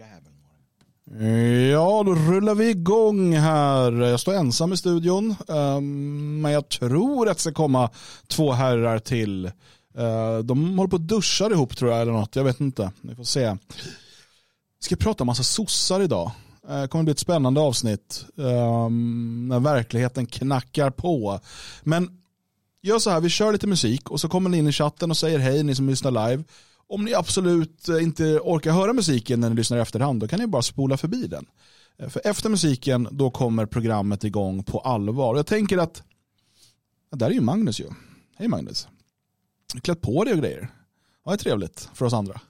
Ja, då rullar vi igång här. Jag står ensam i studion, men jag tror att det ska komma 2 herrar till. De håller på att duscha ihop, tror jag, eller något. Jag vet inte, vi får se. Vi ska prata om massa sossar idag. Det kommer bli ett spännande avsnitt när verkligheten knackar på. Men gör så här, vi kör lite musik och så kommer ni in i chatten och säger hej, ni som lyssnar live. Om ni absolut inte orkar höra musiken när ni lyssnar i efterhand, då kan ni bara spola förbi den. För efter musiken, då kommer programmet igång på allvar. Jag tänker att, där är ju Magnus ju. Hej Magnus. Klätt på dig och grejer. Ja, det är trevligt för oss andra.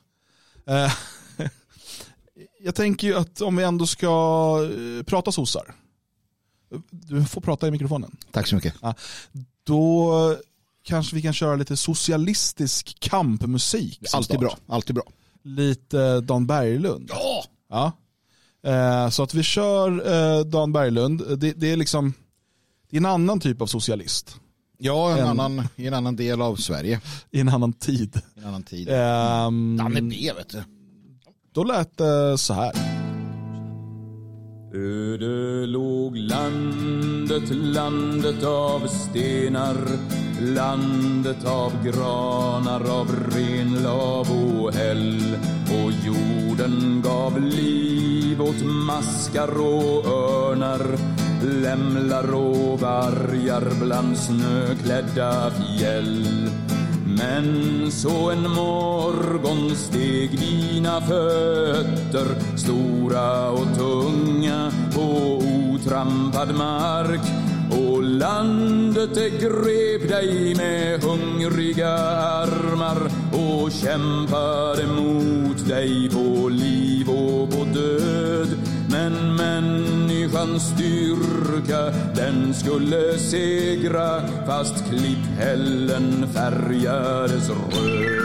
Jag tänker ju att om vi ändå ska prata sossar. Du får prata i mikrofonen. Tack så mycket. Ja, då kanske vi kan köra lite socialistisk kampmusik. Alltid bra, alltid bra. Lite Dan Berglund. Ja. Så att vi kör Dan Berglund. Det är liksom, det är en annan typ av socialist. Ja, i en annan del av Sverige. I en annan tid. Danne B, vet du. Då lät det så här. Öde låg landet, landet av stenar, landet av granar, av renlav och häll. Och jorden gav liv åt maskar och örnar, lämlar och vargar bland snöklädda fjäll. Men så en morgon steg dina fötter, stora och tunga, på otrampad mark. Och landet det grep dig med hungriga armar och kämpade mot dig på liv och på död. Men människans styrka, den skulle segra, fast klipphällen färgades röd.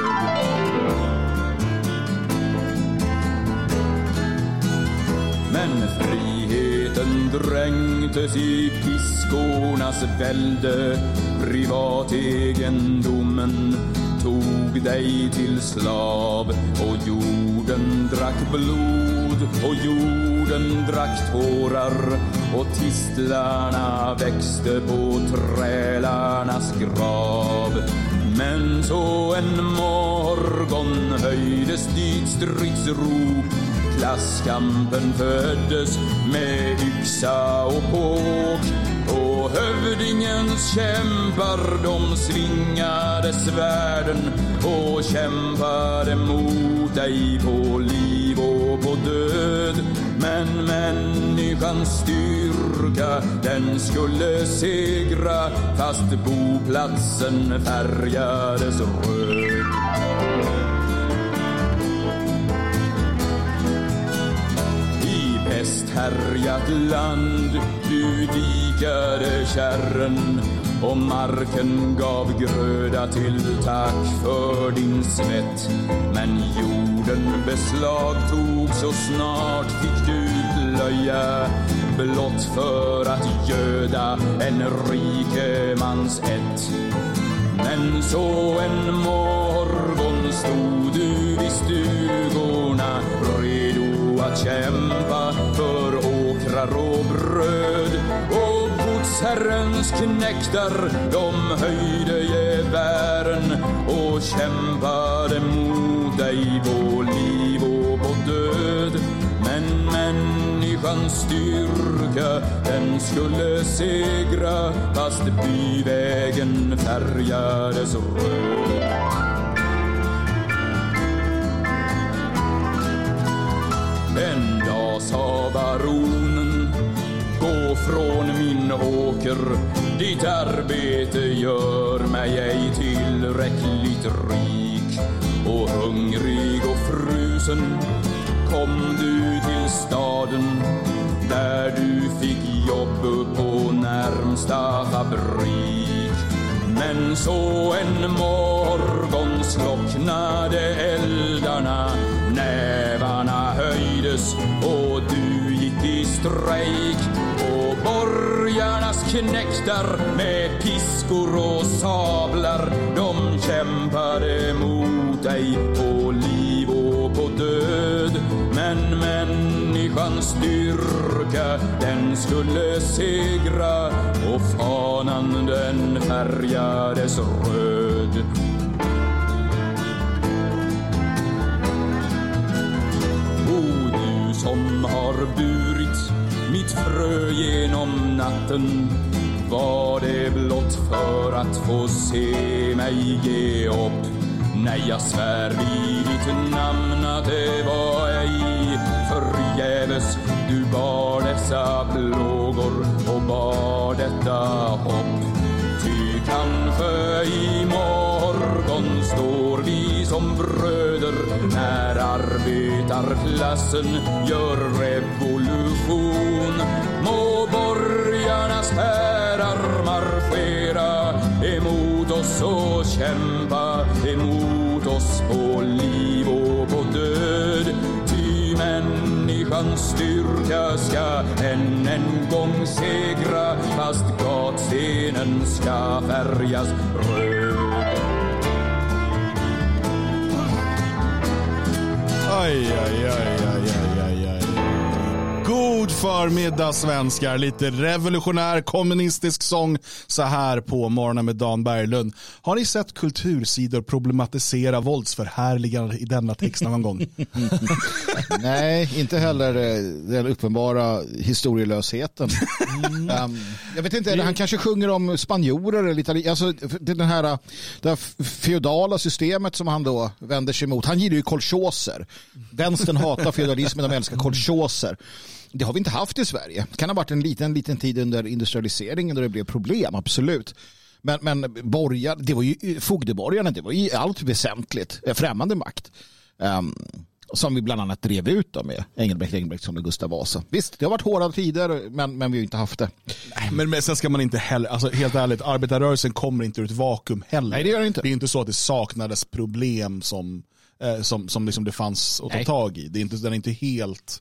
Men friheten dränktes i piskornas välde, privategendomen tog dig till slav. Och jorden drack blod och jorden drack tårar, och tistlarna växte på trälarnas grav. Men så en morgon höjdes dit stridsrop, klasskampen föddes med yxa och påk. Och hövdingens kämpar, de svingade svärden och kämpade mot dig på liv och på död. Men människans styrka, den skulle segra, fast boplatsen färgades röd. Hästhärjat land, du dikade kärren, och marken gav gröda till tack för din svett. Men jorden beslagtog så snart fick du plöja, blott för att göda en rikemans ett. Men så en morgon stod du vid stugorna, redo att kämpa för åkrar och bröd. Och godsherrens knektar, de höjde gevären och kämpade mot dig på liv och på död. Men människans styrka, den skulle segra, fast byvägen färgades röd. En dag sa baronen, gå från min åker, ditt arbete gör mig ej tillräckligt rik. Och hungrig och frusen kom du till staden, där du fick jobb på närmsta fabrik. Men så en morgon slocknade eldarna, nävarna höjdes och du gick i strejk. Och borgarnas knektar med piskor och sablar, de kämpade mot dig på liv och på död. Men Men människans styrka, den skulle segra, och fanan den färgades röd. O du som har burit mitt frö genom natten, var det blott för att få se mig ge upp. Nej, jag svär vid ditt namn att det var ej förgäves. Du bar dessa plågor och bar detta hopp. Ty kanske imorgon står vi som bröder när arbetarklassen gör revolution. Må borgarnas härar marschera emot oss och kämpa emot oss på liv och på död. Ty människans styrka ska än en gång segra, fast gatstenen ska färgas röd. Aj. God förmiddag svenskar, lite revolutionär kommunistisk sång så här på Morgonen med Dan Berglund. Har ni sett kultursidor problematisera våldsförhärligande i denna text någon gång? Nej, inte heller den uppenbara historielösheten. Jag vet inte, han kanske sjunger om spanjorer eller lite, alltså det här feodala systemet som han då vänder sig mot. Han gillar ju kolchoser. Vänstern hatar feodalismen, de älskar kolchoser. Det har vi inte haft i Sverige. Det kan ha varit en liten tid under industrialiseringen då det blev problem, absolut. Men det var ju fogdeborgarna, det var ju allt väsentligt främmande makt. Som vi bland annat drev ut då med Engelbrekt och Gustav Vasa. Visst, det har varit hårda tider, men vi har ju inte haft det. Nej, men sen ska man inte heller, alltså helt ärligt, arbetarrörelsen kommer inte ur ett vakuum heller. Nej, det gör det inte. Det är inte så att det saknades problem som liksom det fanns att ta tag i. Den är inte helt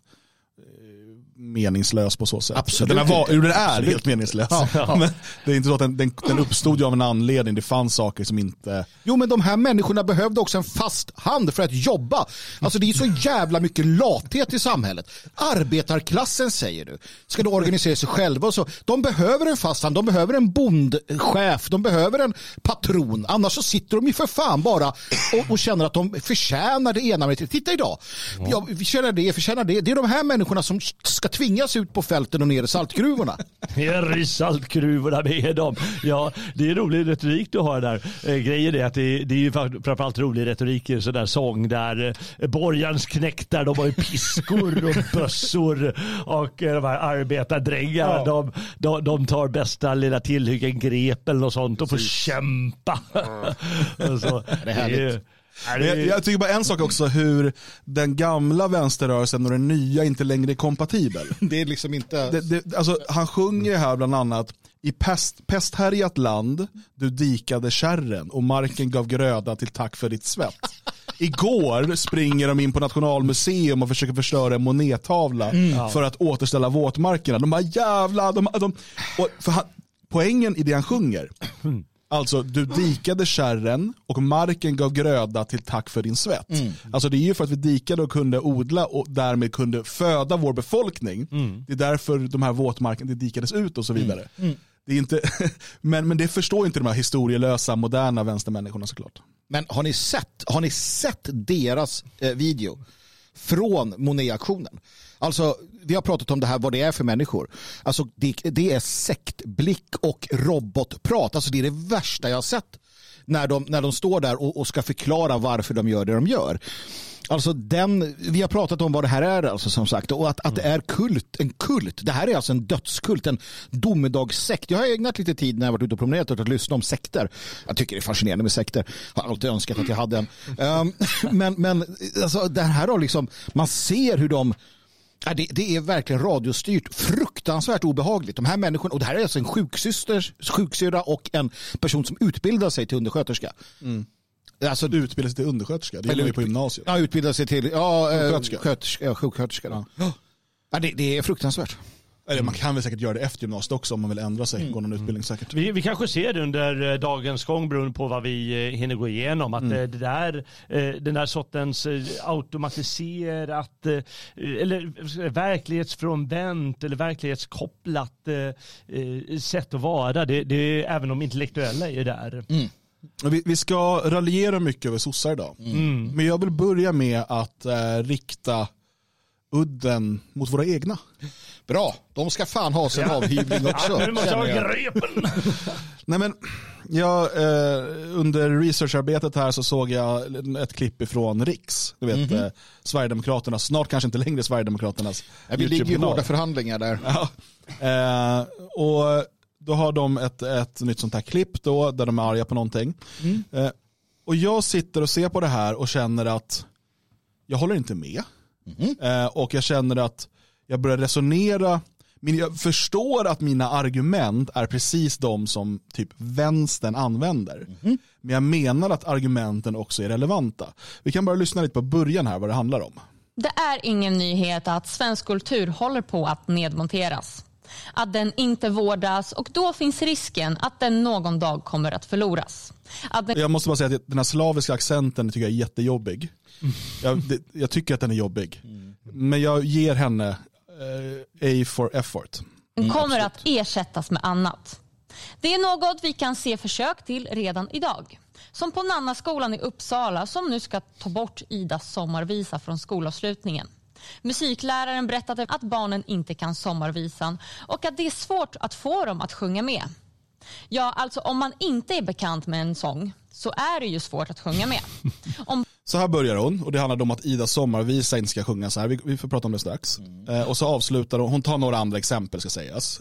meningslös på så sätt. Absolut. Den är helt meningslös. Ja. Men det är inte så att den uppstod ju av en anledning. Det fanns saker som inte... Jo, men de här människorna behövde också en fast hand för att jobba. Alltså det är så jävla mycket lathet i samhället. Arbetarklassen, säger du, ska då organisera sig själva och så. De behöver en fast hand, de behöver en bondchef, de behöver en patron. Annars så sitter de ju för fan bara och känner att de förtjänar det ena med det. Titta idag. Ja, vi förtjänar det. Det är de här människorna som ska tvingas ut på fälten och ner i saltgruvorna. Ner i saltgruvorna med dem. Ja, det är rolig retorik du har där. Grejen är att det är ju framförallt rolig retorik i sån där sång där borgarns knäktar, de har ju piskor och bössor och de här arbetardrängar, de tar bästa lilla tillhyggen, grep eller något sånt och får kämpa. Så, det är härligt. Jag tycker bara en sak också, hur den gamla vänsterrörelsen och den nya inte längre är kompatibel. Det är liksom inte... Alltså, han sjunger här bland annat: i pesthärjat land, du dikade kärren och marken gav gröda till tack för ditt svett. Igår springer de in på Nationalmuseum och försöker förstöra en monettavla för att återställa våtmarkerna. De bara jävla... Poängen i det han sjunger... Alltså, du dikade kärren och marken gav gröda till tack för din svett. Alltså det är ju för att vi dikade och kunde odla och därmed kunde föda vår befolkning. Det är därför de här våtmarkerna dikades ut och så vidare. Det är inte, men det förstår inte de här historielösa, moderna vänstermänniskorna såklart. Men har ni sett deras video från Monet-aktionen? Alltså, vi har pratat om det här, vad det är för människor. Alltså, det är sektblick och robotprat. Alltså, det är det värsta jag har sett när de står där och ska förklara varför de gör det de gör. Alltså, vi har pratat om vad det här är, alltså, som sagt, och att det är en kult. Det här är alltså en dödskult, en domedagssekt. Jag har ägnat lite tid när jag varit ute och promenerat och att lyssna om sekter. Jag tycker det är fascinerande med sekter. Jag har alltid önskat att jag hade en. Men alltså, det här har liksom, man ser hur de... Det är verkligen radiostyrt, fruktansvärt obehagligt. De här människorna, och det här är alltså en sjuksyrra och en person som utbildar sig till undersköterska. Alltså, utbildar sig till undersköterska, det är ju på gymnasiet. Ja, utbildar sig till sjuksköterska. Ja. Det är fruktansvärt. Eller man kan väl säkert göra det efter gymnasiet också om man vill ändra sig, gå någon utbildning säkert. Vi kanske ser det under dagens gång beroende på vad vi hinner gå igenom. Att den där sortens automatiserat eller verklighetsfrånvänt eller verklighetskopplat sätt att vara. Det även om intellektuella är där. Vi ska raljera mycket över sossar idag. Men jag vill börja med att rikta udden mot våra egna. Bra, de ska fan ha sin avhyvling också. Nu måste jag ha grepen. Nej, men under researcharbetet här så såg jag ett klipp ifrån Riks. Du vet, Sverigedemokraternas, snart kanske inte längre Sverigedemokraternas. Vi ligger i hårda förhandlingar där. Ja. Och då har de ett nytt sånt här klipp då, där de är arga på någonting. Och jag sitter och ser på det här och känner att jag håller inte med. Och jag känner att jag börjar resonera. Men jag förstår att mina argument är precis de som typ vänstern använder. Men jag menar att argumenten också är relevanta. Vi kan bara lyssna lite på början här vad det handlar om. Det är ingen nyhet att svensk kultur håller på att nedmonteras. Att den inte vårdas och då finns risken att den någon dag kommer att förloras. Jag måste bara säga att den här slaviska accenten tycker jag är jättejobbig. Jag tycker att den är jobbig. Men jag ger henne A for effort. Den kommer att ersättas med annat. Det är något vi kan se försök till redan idag. Som på Nannaskolan i Uppsala som nu ska ta bort Idas sommarvisa från skolavslutningen. Musikläraren berättade att barnen inte kan sommarvisan och att det är svårt att få dem att sjunga med. Ja, alltså om man inte är bekant med en sång så är det ju svårt att sjunga med. Så här börjar hon och det handlar om att Idas sommarvisa inte ska sjunga så här. Vi får prata om det strax. Och så avslutar hon tar några andra exempel ska sägas.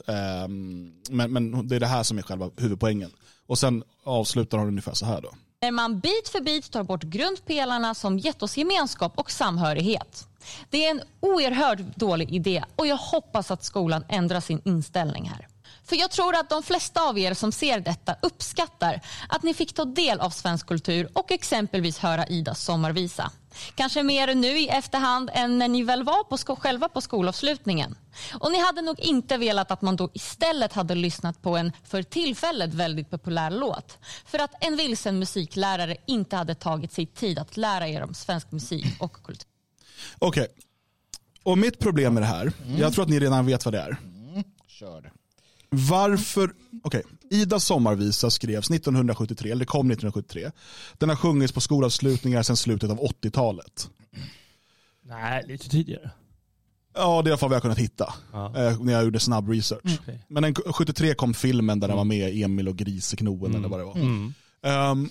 Men det är det här som är själva huvudpoängen. Och sen avslutar hon ungefär så här då. När man bit för bit tar bort grundpelarna som gett oss gemenskap och samhörighet. Det är en oerhört dålig idé och jag hoppas att skolan ändrar sin inställning här. För jag tror att de flesta av er som ser detta uppskattar att ni fick ta del av svensk kultur och exempelvis höra Idas sommarvisa. Kanske mer nu i efterhand än när ni väl var själva på skolavslutningen. Och ni hade nog inte velat att man då istället hade lyssnat på en för tillfället väldigt populär låt. För att en vilsen musiklärare inte hade tagit sig tid att lära er om svensk musik och kultur. Okej. Och mitt problem med det här, jag tror att ni redan vet vad det är. Kör det. Varför? Okej. Idas sommarvisa skrevs 1973, eller kom 1973. Den har sjungits på skolavslutningar sedan slutet av 80-talet. Nej, lite tidigare. Ja, det är i alla fall vad jag kunnat hitta när jag gjorde snabb research. Okay. Men 73 kom filmen där den var med Emil och Griseknoen eller vad det var.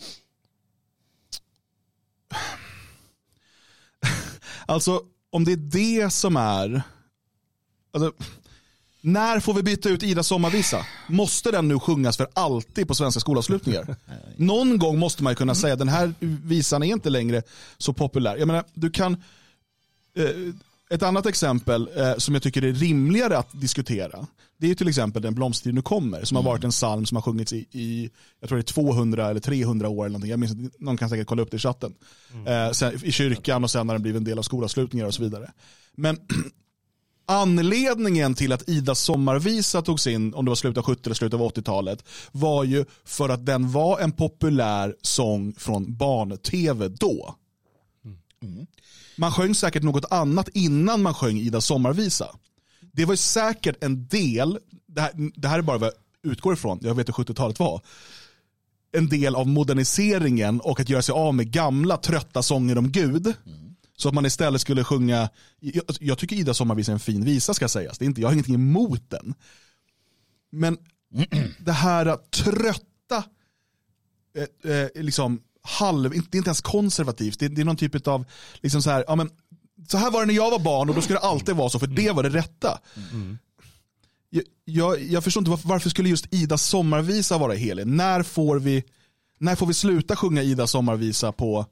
Alltså, om det är det som är... Alltså, när får vi byta ut Idas sommarvisa? Måste den nu sjungas för alltid på svenska skolavslutningar? Någon gång måste man ju kunna säga att den här visan är inte längre så populär. Jag menar, du kan... Ett annat exempel som jag tycker är rimligare att diskutera, det är till exempel Den blomstertid nu kommer, som har varit en psalm som har sjungits i jag tror det är 200 eller 300 år eller någonting. Jag minns, någon kan säkert kolla upp det i chatten. Sen, i kyrkan och sen har den blivit en del av skolavslutningar och så vidare. Men anledningen till att Idas sommarvisa togs in, om det var slutet av 70 eller slutet av 80-talet, var ju för att den var en populär sång från barn-tv då. Man sjöng säkert något annat innan man sjöng Idas sommarvisa. Det var ju säkert en del, det här är bara vad jag utgår ifrån, jag vet hur 70-talet var, en del av moderniseringen och att göra sig av med gamla trötta sånger om Gud. Så att man istället skulle sjunga, jag tycker Idas sommarvisa är en fin visa ska sägas, det är inte, jag har ingenting emot den. Men det här trötta liksom inte ens konservativt, det är någon typ av liksom så här, ja men så här var det när jag var barn och då skulle det alltid vara så för det var det rätta. Jag förstår inte varför skulle just Idas sommarvisa vara helig. När får vi sluta sjunga Idas sommarvisa på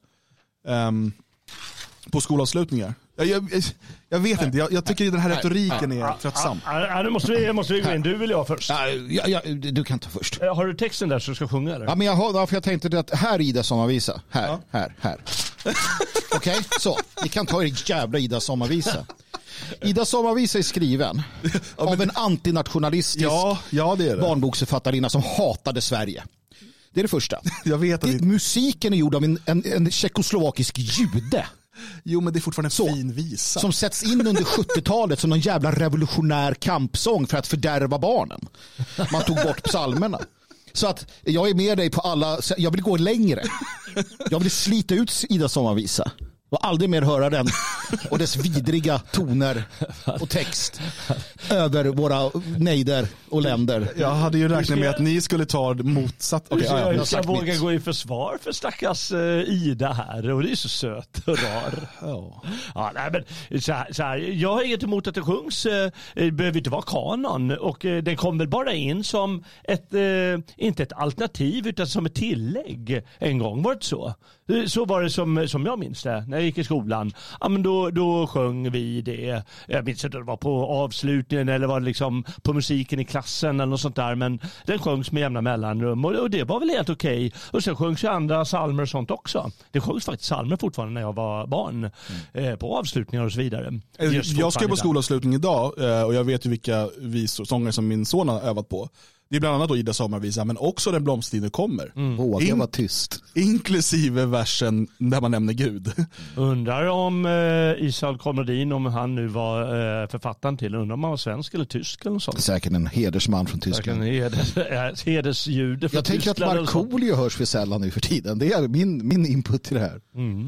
skolavslutningar? Jag vet inte, jag tycker den här retoriken är tröttsam. Nu måste vi gå in, du vill jag först. Du kan ta först. Har du texten där så du ska sjunga? Eller? Ja, men jag tänkte att här Idas sommarvisa, här. Okej, så. Ni kan ta er jävla Idas sommarvisa. Ida sommarvisa är skriven av en antinationalistisk det är det. barnboksförfattarinna som hatade Sverige. Det är det första. Jag vet att musiken är gjord av en tjeckoslovakisk jude. Jo, men det är fortfarande en fin visa. Som sätts in under 70-talet som någon jävla revolutionär kampsång för att fördärva barnen. Man tog bort psalmerna. Så att jag är med dig på alla. Jag vill gå längre. Jag vill slita ut Ida sommarvisa och aldrig mer höra den och dess vidriga toner och text över våra nejder och länder. Jag hade ju räknat med att ni skulle ta motsatt. Jag ska våga gå i försvar för stackars Ida här, och det är så söt och rar. Ja, nej, men så här, jag har inget emot att det sjungs. Det behöver inte vara kanon, och den kom väl bara in som inte ett alternativ utan som ett tillägg en gång. Var det så? Så var det som jag minns det när jag gick i skolan. Ja, men då sjöng vi det. Jag minns inte om det var på avslutningen eller var det liksom på musiken i klassen eller något sånt där, men den sjöngs med jämna mellanrum och det var väl helt okej. Och sen sjöngs ju andra psalmer och sånt också. Det sjöngs faktiskt psalmer fortfarande när jag var barn på avslutningar och så vidare. Jag ska på skolavslutning idag och jag vet ju vilka sånger som min son har övat på. Det är bland annat då Ida sommarvisa, men också Den blomstertiden kommer. Våga vara tyst. Inklusive versen där man nämner Gud. Undrar om Isaak Kolmodin, om han nu var författaren till, undrar om han var svensk eller tysk eller något sånt. Säkert en hedersman från Tyskland. Hedersjude från Jag tänker att Markoolio hörs för sällan nu för tiden. Det är min input till det här.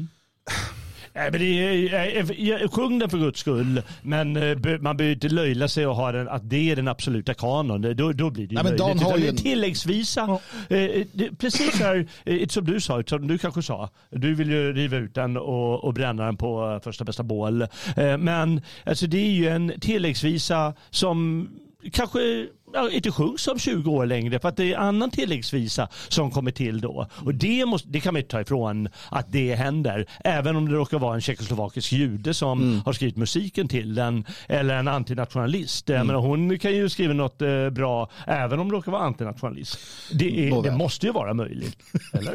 Nej, men sjung den för Guds skull, men man behöver inte löjla sig och ha den, att det är den absoluta kanon. Då blir det ju löjligt. Har ju en tilläggsvisa. Precis här, som du sa, som du kanske sa. Du vill ju riva ut den och bränna den på första bästa bål. Men alltså, det är ju en tilläggsvisa som kanske inte sjungs om 20 år längre, för att det är annan tilläggsvisa som kommer till då. Och det kan man inte ta ifrån att det händer, även om det råkar vara en tjeckoslovakisk jude som har skrivit musiken till den, eller en antinationalist. Men hon kan ju skriva något bra även om det råkar vara antinationalist. Det måste ju vara möjligt, eller?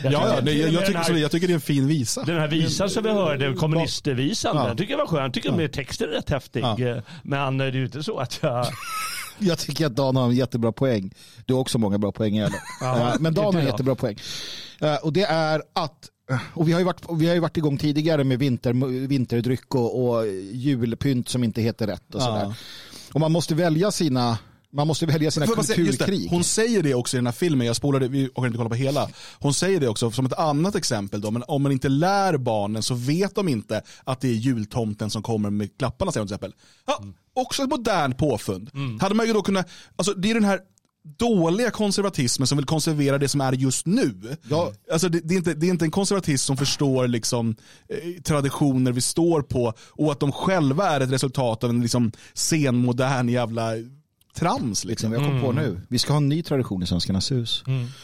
Jag tycker det är en fin visa. Den här visan som vi hörde, kommunistvisan, den tycker jag var skön. Jag tycker att texten är rätt häftig. Men det är ju inte så att jag tycker att Dan har en jättebra poäng. Du har också många bra poäng. Men Dan har en jättebra poäng. Och det är att, och vi har ju varit igång tidigare med vinterdryck och julpynt som inte heter rätt och sådär. Och man måste välja sina kulturkrig. Hon säger det också i den här filmen. Jag spolade, vi orkar inte kolla på hela. Hon säger det också som ett annat exempel då. Men om man inte lär barnen så vet de inte att det är jultomten som kommer med klapparna, säger hon till exempel. Också ett modernt påfund. Hade man ju då kunnat, alltså det är den här dåliga konservatismen som vill konservera det som är just nu. Alltså det är inte en konservatism som förstår liksom traditioner vi står på, och att de själva är ett resultat av en liksom senmodern jävla trams liksom. Jag kom på nu. Vi ska ha en ny tradition i Svenskarnas hus.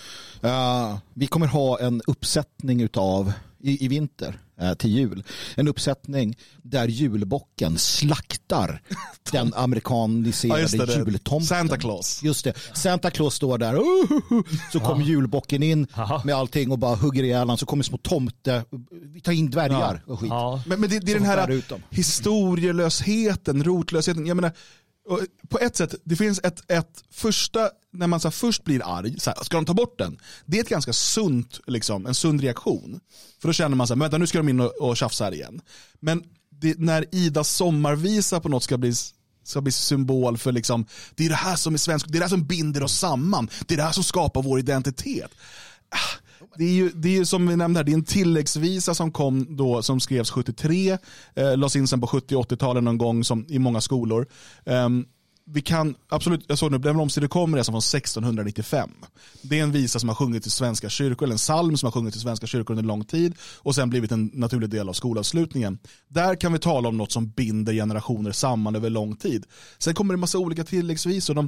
Vi kommer ha en uppsättning utav i vinter till jul. En uppsättning där julbocken slaktar den amerikaniserade jultomten. Santa Claus. Just det. Santa Claus står där. Så kommer julbocken in med allting och bara hugger ihjäl han. Så kommer små tomte. Vi tar in dvärgar och skit. Men det är den här historielösheten, rotlösheten. Jag menar, på ett sätt, det finns ett första, när man så först blir arg, så här, ska de ta bort den? Det är ett ganska sunt, liksom, en sund reaktion. För då känner man så här, vänta, nu ska de in och tjafsa här igen. Men när Ida sommarvisa på något ska bli symbol för liksom, det är det här som är svensk, det är det här som binder oss samman, det är det här som skapar vår identitet. Det är ju som vi nämnde här, det är en tilläggsvisa som kom då, som skrevs 73, lades in sen på 70- och 80-talen någon gång som i många skolor. Vi kan absolut, jag såg nu, Den blomstertiden kommer redan från 1695. Det är en visa som har sjungit i svenska kyrkor, eller en psalm som har sjungit i svenska kyrkor under lång tid och sen blivit en naturlig del av skolavslutningen. Där kan vi tala om något som binder generationer samman över lång tid. Sen kommer det en massa olika tilläggsvisor.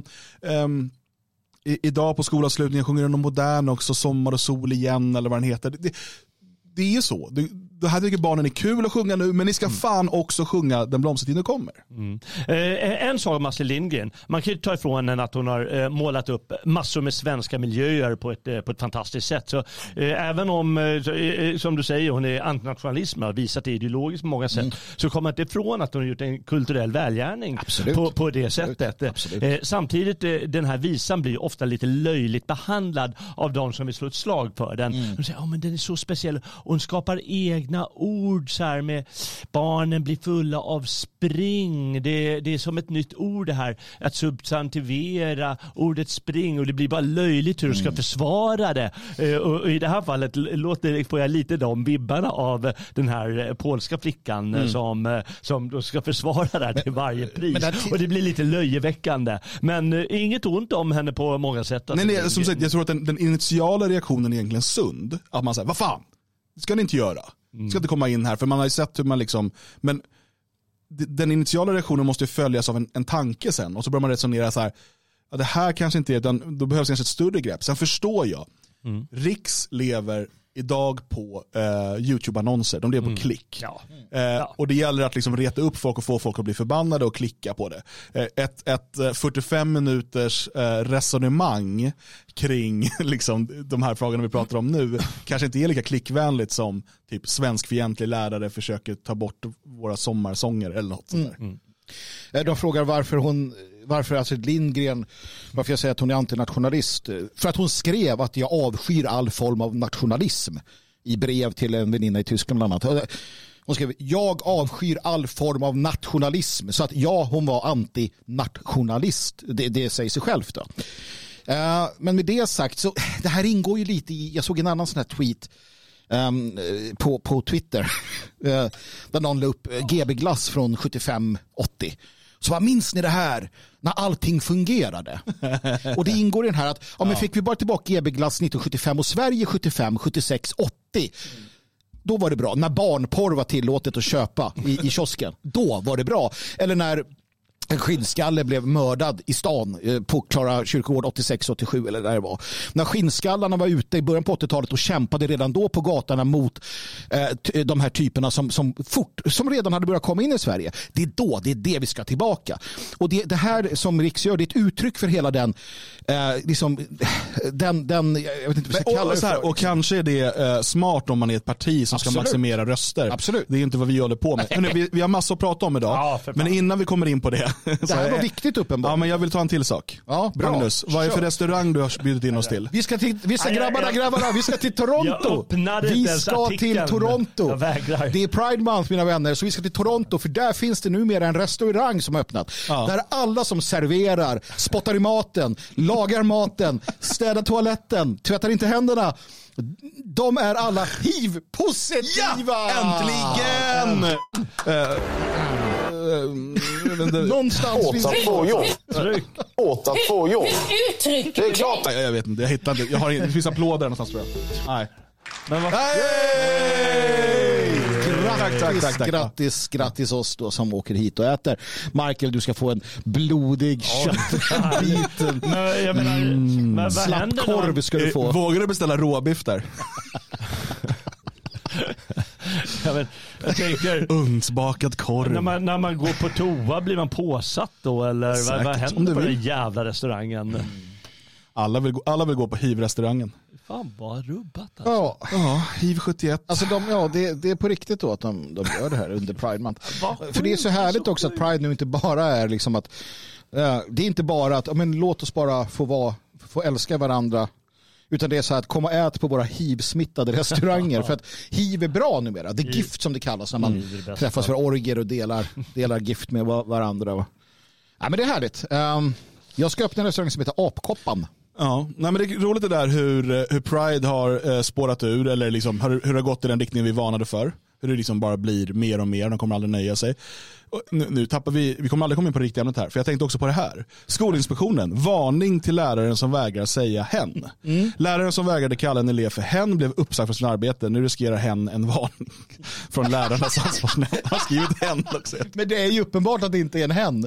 Idag på skolavslutningen sjunger de modern också, Sommar och sol igen eller vad den heter. Det är ju så. det här tycker barnen är kul att sjunga nu, men ni ska fan också sjunga Den blomstertid nu kommer. En sak om Astrid Lindgren, man kan ju ta ifrån henne att hon har målat upp massor med svenska miljöer på ett fantastiskt sätt. Så även om, som du säger, hon är antinationalism och har visat det ideologiskt på många sätt, så kommer man inte ifrån att hon har gjort en kulturell välgärning på det sättet. Samtidigt, den här visan blir ofta lite löjligt behandlad av de som vill slå ett slag för den. De säger, men den är så speciell. Och hon skapar egna ord så här med barnen blir fulla av spring. Det är som ett nytt ord det här. Att substantivera ordet spring, och det blir bara löjligt hur du ska försvara det. Och i det här fallet får jag lite de vibbarna av den här polska flickan som då ska försvara det här till varje pris. Och det blir lite löjeväckande. Men inget ont om henne på många sätt. Nej, som sagt, jag tror att den initiala reaktionen är egentligen sund. Att man säger, vad fan? Det ska ni inte göra. Det ska inte komma in här. För man har ju sett hur man liksom... Men den initiala reaktionen måste följas av en tanke sen. Och så börjar man resonera så här, det här kanske inte är, utan då behövs kanske ett större grepp. Sen förstår jag. Riks lever idag på YouTube-annonser. De lever på klick. Och det gäller att liksom reta upp folk och få folk att bli förbannade och klicka på det. Ett 45 minuters resonemang kring liksom, de här frågorna vi pratar om nu kanske inte är lika klickvänligt som typ svenskfientlig lärare försöker ta bort våra sommarsånger eller något sånt där. De frågar varför Astrid Lindgren, varför jag säger att hon är antinationalist. För att hon skrev att jag avskyr all form av nationalism i brev till en väninna i Tyskland bland annat. Hon skrev, jag avskyr all form av nationalism. Så att hon var antinationalist. Det säger sig självt då. Men med det sagt, så det här ingår ju lite i, jag såg en annan sån här tweet på Twitter där någon la upp GB-glass från 75-80. Så vad minns ni det här när allting fungerade? Och det ingår i den här att men fick vi bara tillbaka GB-glass 1975 och Sverige 75, 76, 80. Då var det bra. När barnporr var tillåtet att köpa i kiosken, då var det bra. Eller när en skinnskalle blev mördad i stan på Klara kyrkogård 86-87 eller där det var. När skinnskallarna var ute i början på 80-talet och kämpade redan då på gatorna mot de här typerna som redan hade börjat komma in i Sverige. Det är det vi ska tillbaka. Och det här som Riks gör, det är ett uttryck för hela den liksom den jag vet inte vad jag ska kalla det för. Och kanske är det smart om man är ett parti som ska maximera röster. Absolut. Det är inte vad vi håller på med. Vi har massor att prata om idag. Men innan vi kommer in på det. Det här var viktigt uppenbart. Ja, men jag vill ta en till sak. Ja, bra. Magnus, vad är det för restaurang du har bjudit in oss till? Vi ska grabbarna, vi ska till Toronto. Vi ska till Toronto. Det är Pride Month, mina vänner, så vi ska till Toronto, för där finns det numera en restaurang som har öppnat. Där alla som serverar, spottar i maten, lagar maten, städar toaletten, tvättar inte händerna. De är alla HIV-positiva. Ja, äntligen! Någonstans åt att få jobb. Åt att få jobb. Det är klart. Jag vet inte, jag hittar inte. Det finns applåder någonstans, tror jag. Nej. Men vad... Grattis oss då som åker hit och äter. Michael, du ska få en blodig köttbit. Slappkorv ska du få. Vågar du beställa råbiff där? Jag tänker, ugnsbakad korv. När man går på toa, blir man påsatt då? Eller vad händer på den jävla restaurangen? Alla vill gå på HIV-restaurangen. Fan, vad rubbat alltså. Ja, HIV 71. Alltså det är på riktigt då att de gör det här under Pride Month. För det är så härligt också att Pride nu inte bara är liksom att det är inte bara att låt oss bara få älska varandra, utan det är så här att komma och ät på våra HIV-smittade restauranger. För att HIV är bra numera. Det är gift som det kallas när man träffas för orger och delar gift med varandra. Ja, men det är härligt. Jag ska öppna en restaurang som heter Apkoppan. Ja, nej, men det är roligt det där hur Pride har spårat ur, eller liksom hur det har gått i den riktningen vi varnade för. Hur det liksom bara blir mer och mer, de kommer aldrig nöja sig. Och nu tappar vi kommer aldrig komma in på det riktiga ämnet här, för jag tänkte också på det här. Skolinspektionen, varning till läraren som vägrar säga hen. Läraren som vägrade kalla en elev för hen blev uppsagd från sin arbete. Nu riskerar hen en varning från lärarnas ansvarsnämnd. Han har skrivit hen också. Men det är ju uppenbart att det inte är en hen.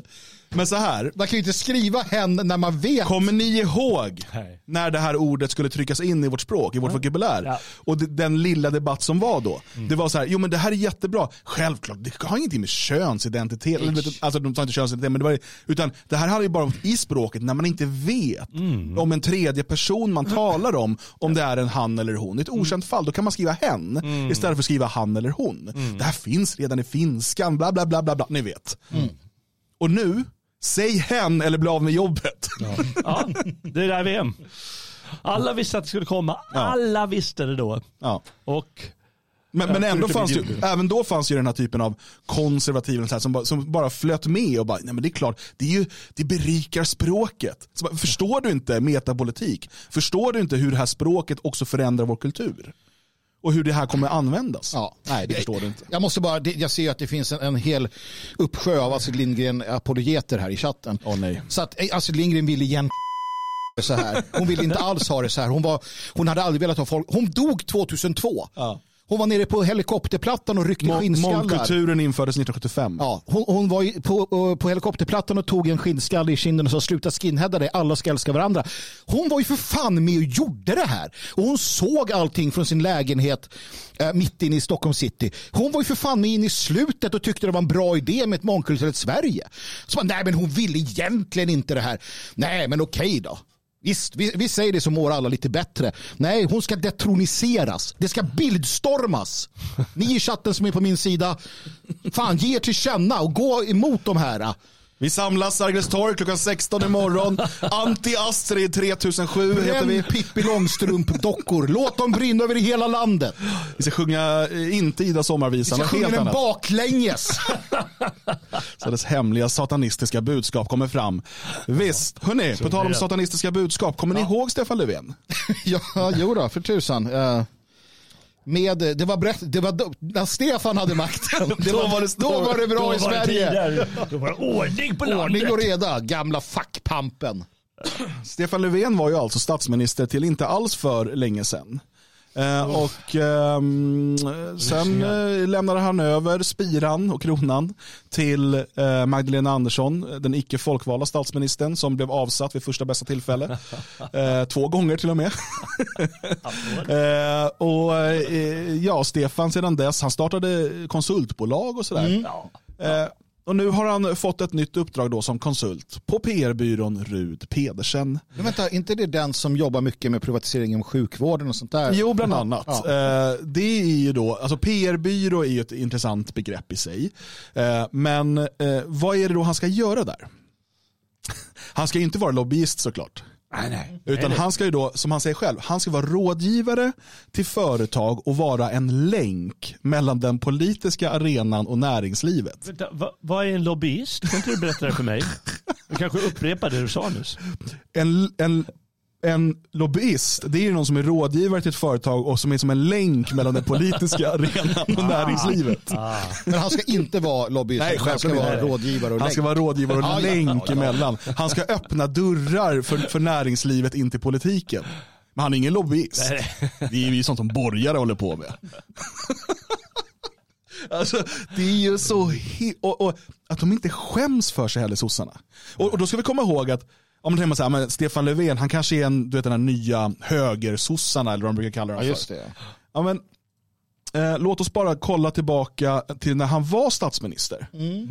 Men så här. Man kan ju inte skriva hen när man vet. Kommer ni ihåg när det här ordet skulle tryckas in i vårt språk, i vårt vokabulär? Ja. Och den lilla debatt som var då. Det var så här, jo men det här är jättebra. Självklart, det har ingenting med könsidentitet. Alltså de tar inte könsidentitet, men utan det här handlar ju bara om i språket när man inte vet om en tredje person man talar om det är en han eller hon. I ett okänt fall, då kan man skriva hen istället för att skriva han eller hon. Det här finns redan i finskan, bla bla bla bla bla. Ni vet. Och nu, säg hen eller bli av med jobbet. Ja, det är där vi är. Alla visste att det skulle komma. Alla visste det då. Ja. Och men ändå fanns ju, även då fanns ju den här typen av konservativa som bara flöt med och bara, nej men det är klart, det berikar språket. Så, förstår du inte metapolitik? Förstår du inte hur det här språket också förändrar vår kultur? Och hur det här kommer användas? Ja. Nej, det förstår du inte. Jag ser att det finns en hel uppsjö av Astrid Lindgren-apologeter här i chatten. Nej. Så att Astrid Lindgren ville igen så här. Hon ville inte alls ha det så här. Hon hade aldrig velat ha folk. Hon dog 2002. Ja. Hon var nere på helikopterplattan och ryckte skinnskallar. Mångkulturen infördes 1975. Ja, hon var på helikopterplattan och tog en skinnskalle i kinden och sa sluta skinheada dig, alla ska älska varandra. Hon var ju för fan med och gjorde det här. Och hon såg allting från sin lägenhet mitt inne i Stockholm city. Hon var ju för fan med in i slutet och tyckte det var en bra idé med ett mångkulturellt Sverige. Så nej men hon ville egentligen inte det här. Nej men okej då. Visst, vi säger det så mår alla lite bättre. Nej, hon ska detroniseras. Det ska bildstormas. Ni i chatten som är på min sida, fan, ge er till känna och gå emot de här. Vi samlas Sergels torg klockan 16 imorgon. Anti-Astrid 3007 heter vi. Pippi Långstrump-dockor. Låt dem brinna över hela landet. Vi ska sjunga inte Ida Sommarvisan. Vi ska sjunga den baklänges. Så dess hemliga satanistiska budskap kommer fram. Visst, hörni, på tal om satanistiska budskap, kommer ni ihåg Stefan Löfven? Ja, jo då, för tusan. Det var när Stefan hade makten. Då var det bra i Sverige. Då var det ordning på landet. Ordning och reda, gamla fackpampen. Stefan Löfven var ju alltså statsminister till inte alls för länge sedan. Sen lämnade han över spiran och kronan till Magdalena Andersson, den icke folkvalda statsministern som blev avsatt vid första bästa tillfälle. 2 gånger till och med. Stefan sedan dess, han startade konsultbolag och sådär. Och nu har han fått ett nytt uppdrag då som konsult på PR-byrån Rud Pedersen. Men vänta, inte det den som jobbar mycket med privatiseringen av sjukvården och sånt där? Jo, bland annat. Ja. Det är ju då, alltså PR-byrå är ju ett intressant begrepp i sig. Men vad är det då han ska göra där? Han ska ju inte vara lobbyist såklart. Nej. Utan han ska ju då, som han säger själv, han ska vara rådgivare till företag och vara en länk mellan den politiska arenan och näringslivet. Vänta, vad är en lobbyist? Kan inte du berätta det för mig? Du kanske upprepar det du sa nyss. En lobbyist, det är ju någon som är rådgivare till ett företag och som är som en länk mellan den politiska arenan och näringslivet. Men han ska inte vara lobbyist. Nej, han ska vara rådgivare och länk. Han ska vara rådgivare och länk emellan. Han ska öppna dörrar för näringslivet in till politiken. Men han är ingen lobbyist. Det är ju sånt som borgare håller på med. Alltså, det är ju så och att de inte skäms för sig heller, sossarna. Och då ska vi komma ihåg att om man tänker så här, men Stefan Löfven, han kanske är den här nya högersossarna eller vad de brukar kalla det för. Ja, just det. Ja, men låt oss bara kolla tillbaka till när han var statsminister.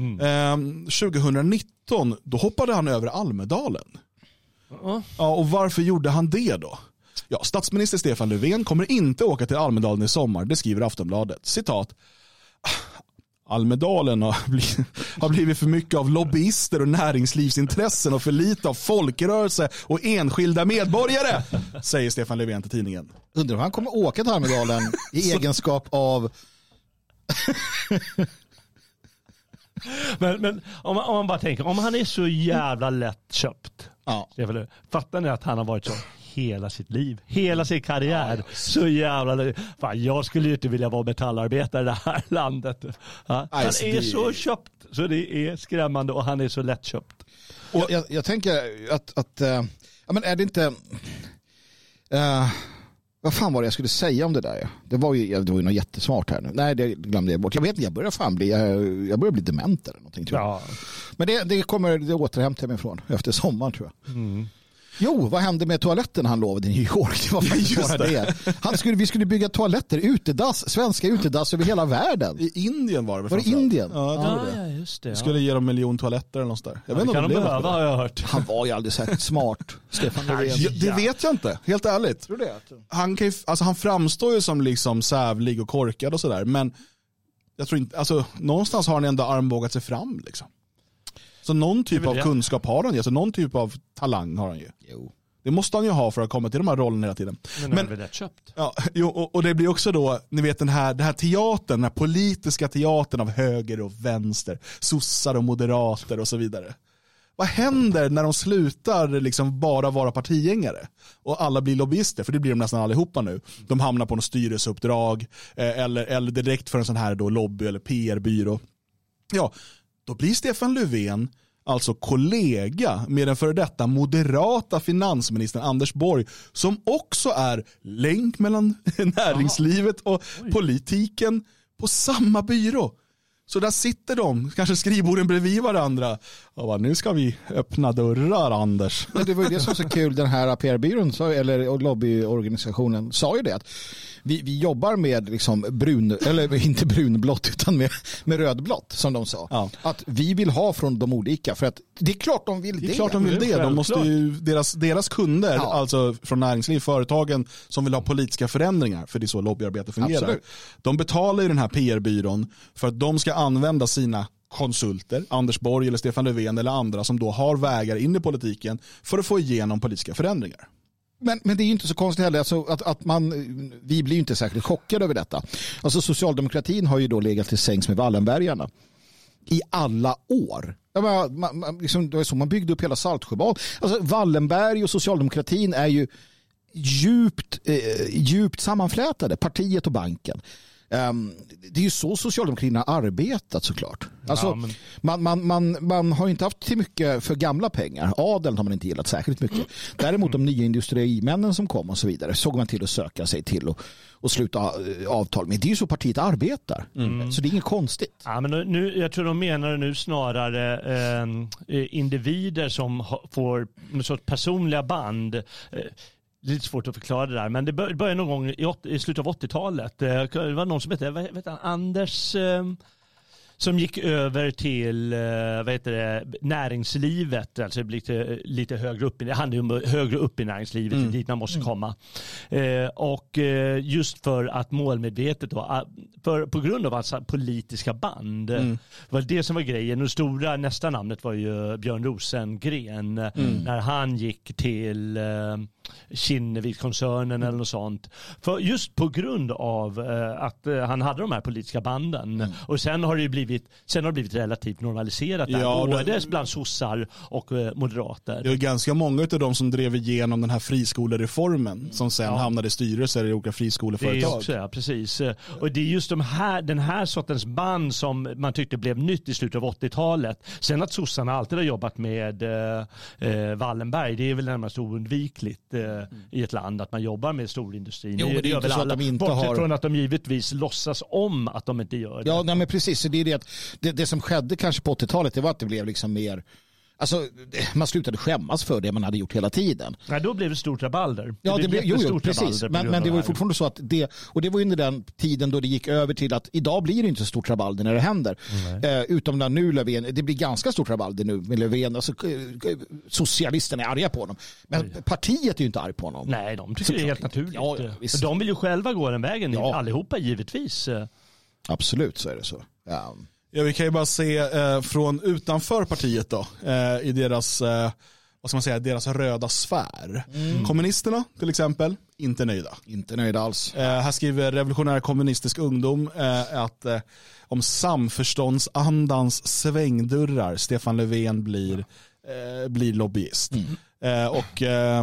2019, då hoppade han över Almedalen. Ja, och varför gjorde han det då? Ja, statsminister Stefan Löfven kommer inte åka till Almedalen i sommar, det skriver Aftonbladet. Citat: Almedalen har blivit för mycket av lobbyister och näringslivsintressen och för lite av folkrörelse och enskilda medborgare, säger Stefan Löfven till tidningen. Undrar om han kommer åka till Almedalen i egenskap av... men om man bara tänker, om han är så jävla lättköpt. Ja. Fattar ni att han har varit så hela sitt liv, hela sin karriär, så jävla... Fan, jag skulle ju inte vilja vara metallarbetare i det här landet. Han är så köpt så det är skrämmande, och han är så lättköpt. Och jag tänker att men är det inte Vad fan var det jag skulle säga om det där? Det var ju något jättesmart här nu. Nej, det glömde jag bort. Jag vet inte, jag börjar bli dement eller någonting, tror jag. Ja. Men det återhämtar jag mig från efter sommaren, tror jag. Jo, vad hände med toaletten han lovade i New York? Det var faktiskt bara det. Vi skulle bygga toaletter, svenska utedass över hela världen. I Indien var det. Var det Indien? Ja, just det. Vi skulle ge dem 1 miljon toaletter eller något där. Jag vet inte kan om det behöva, har jag hört. Han var ju aldrig särskilt smart, Stefan Löfven. Det vet jag inte, helt ärligt. Tror det? Han framstår ju som liksom sävlig och korkad och sådär, men jag tror inte, alltså någonstans har han ändå armbågat sig fram liksom. Så någon typ av kunskap har han ju, alltså någon typ av talang har han ju. Jo. Det måste han ju ha för att komma till de här rollerna hela tiden. Men är det köpt? Ja, och det blir också då, ni vet den här teatern, den här politiska teatern av höger och vänster, sossar och moderater och så vidare. Vad händer när de slutar liksom bara vara partigängare och alla blir lobbyister? För det blir de nästan allihopa nu. De hamnar på något styrelseuppdrag eller direkt för en sån här då lobby eller PR-byrå. Ja, då blir Stefan Löfven alltså kollega med den före detta moderata finansministern Anders Borg, som också är länk mellan näringslivet och politiken på samma byrå. Så där sitter de, kanske skrivborden bredvid varandra. Och nu ska vi öppna dörrar, Anders. Men det var ju det som var så kul, den här PR-byrån eller lobbyorganisationen sa ju det, att vi jobbar med liksom inte brunblått utan med rödblått, som de sa. Ja. Att vi vill ha från de olika, för att det är klart de vill det. Det är klart de vill det. De måste ju, deras kunder, alltså från näringsliv, företagen som vill ha politiska förändringar, för det är så lobbyarbete fungerar. Absolut. De betalar ju den här PR-byrån för att de ska använda sina konsulter, Anders Borg eller Stefan Löfven eller andra som då har vägar in i politiken för att få igenom politiska förändringar. Men det är ju inte så konstigt heller, alltså vi blir ju inte särskilt chockade över detta. Alltså socialdemokratin har ju då legat till sängs med Wallenbergarna i alla år. Det var så man byggde upp hela Saltsjöbad. Alltså Wallenberg och socialdemokratin är ju djupt sammanflätade, partiet och banken. Det är ju så socialdemokratin har arbetat, såklart. Alltså, man har inte haft till mycket för gamla pengar. Adeln har man inte gillat särskilt mycket. Däremot de nya industrimännen som kom och så vidare såg man till att söka sig till och sluta avtal med. Det är ju så partiet arbetar. Så det är inget konstigt. Ja, men nu, jag tror de menar nu snarare individer som får någon sorts personliga band. Lite svårt att förklara det där, men det började någon gång i slutet av 80-talet. Det var någon som hette Anders som gick över till näringslivet, alltså lite högre upp. Det handlar ju om högre upp i näringslivet, dit man måste komma. Och just för att målmedvetet då, på grund av alltså politiska band, var det som var grejen. Och stora nästa namnet var ju Björn Rosengren när han gick till Kinnevik-koncernen eller något sånt. För just på grund av att han hade de här politiska banden. Och sen har det blivit relativt normaliserat där. Ja, både bland sossar och moderater. Det är ganska många av dem som drev igenom den här friskolereformen som sen hamnade i styrelser i olika friskoleföretag. Det är också, ja, precis. Och det är just den här sortens band som man tyckte blev nytt i slutet av 80-talet. Sen att sossarna alltid har jobbat med Wallenberg, det är väl närmast oundvikligt i ett land att man jobbar med storindustrin. Jo, det är inte så att de inte har... från att de givetvis låtsas om att de inte gör det. Ja, nej, men precis. Så det är det att det som skedde kanske på 80-talet, det var att det blev liksom mer... Alltså, man slutade skämmas för det man hade gjort hela tiden. Nej, då blev det stort rabalder. Ja, det blev precis. Men det var ju fortfarande så att och det var ju under den tiden då det gick över till att idag blir det inte så stort rabalder när det händer. Utom när nu Löfven, det blir ganska stort rabalder nu med Löfven. Alltså, socialisterna är arga på honom. Men partiet är ju inte arg på honom. Nej, de tycker det är helt naturligt. Ja, de vill ju själva gå den vägen, allihopa givetvis. Absolut, så är det så. Ja. Ja, vi kan ju bara se från utanför partiet då, i deras, vad ska man säga, deras röda sfär. Kommunisterna till exempel, inte nöjda. Inte nöjda alls. Här skriver Revolutionär kommunistisk ungdom att om samförståndsandans svängdörrar Stefan Löfven blir lobbyist. Och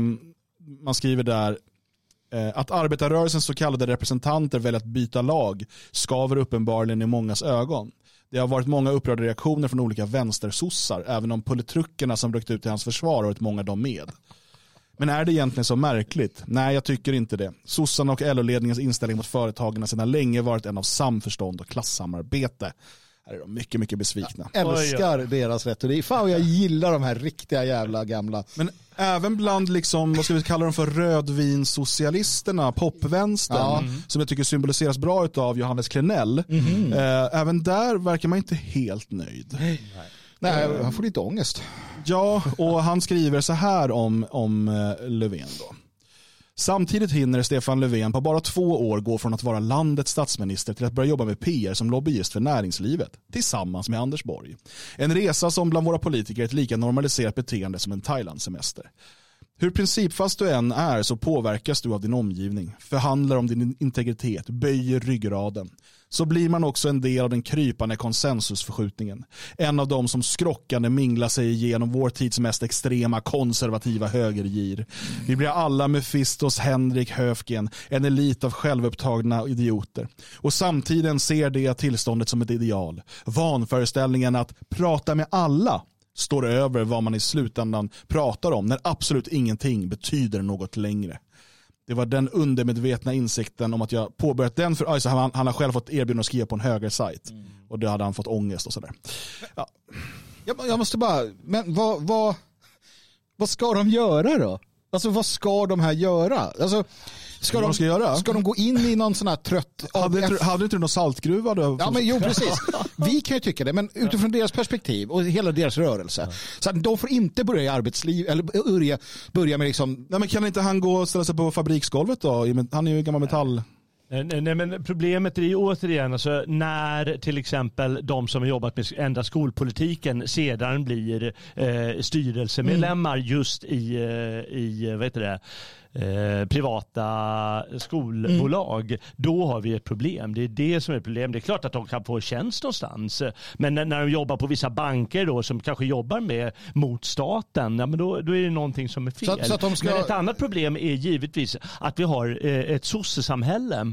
man skriver där att arbetarrörelsens så kallade representanter väljer att byta lag skaver uppenbarligen i mångas ögon. Det har varit många upprörda reaktioner från olika vänstersossar, även om politruckerna som ryckt ut i hans försvar har varit många de med. Men är det egentligen så märkligt? Nej, jag tycker inte det. Sossarna och LO-ledningens inställning mot företagen har sedan länge varit en av samförstånd och klassamarbete. Här är de mycket, mycket besvikna. Jag älskar deras retorik. Fan, jag gillar de här riktiga jävla gamla. Men även bland liksom, vad ska vi kalla dem för, rödvinsocialisterna, popvänstern, som jag tycker symboliseras bra av Johannes Klenell. Även där verkar man inte helt nöjd. Nej, han får lite ångest. Ja, och han skriver så här om Löfven då. Samtidigt hinner Stefan Löfven på bara 2 år gå från att vara landets statsminister till att börja jobba med PR som lobbyist för näringslivet tillsammans med Anders Borg. En resa som bland våra politiker är ett lika normaliserat beteende som en Thailandsemester. Hur principfast du än är så påverkas du av din omgivning, förhandlar om din integritet, böjer ryggraden. Så blir man också en del av den krypande konsensusförskjutningen. En av dem som skrockande minglar sig igenom vår tids mest extrema konservativa högergir. Vi blir alla Mephistos Henrik Höfgen, en elit av självupptagna idioter. Och samtiden ser det tillståndet som ett ideal. Vanföreställningen att prata med alla står över vad man i slutändan pratar om när absolut ingenting betyder något längre. Det var den undermedvetna insikten om att jag påbörjat den för alltså han har själv fått erbjudande att skriva på en högersajt och då hade han fått ångest och sådär. Ja. Jag måste bara, men vad ska de göra då? Alltså vad ska de här göra? Alltså ska de gå in i någon sån här trött... Hade inte du någon saltgruva då? Ja, men jo, precis. Vi kan ju tycka det, men utifrån deras perspektiv och hela deras rörelse. Så att de får inte börja i arbetsliv eller börja med liksom... Nej, men kan inte han gå och ställa sig på fabriksgolvet då? Han är ju gammal metall... Nej, men problemet är ju återigen alltså, när till exempel de som har jobbat med enda skolpolitiken sedan blir styrelsemedlemmar just i vad heter det, privata skolbolag, då har vi ett problem. Det är det som är ett problem. Det är klart att de kan få tjänst någonstans, men när de jobbar på vissa banker då, som kanske jobbar mot staten, ja, men då är det någonting som är fel. Så att de ska... Men ett annat problem är givetvis att vi har ett sossesamhälle.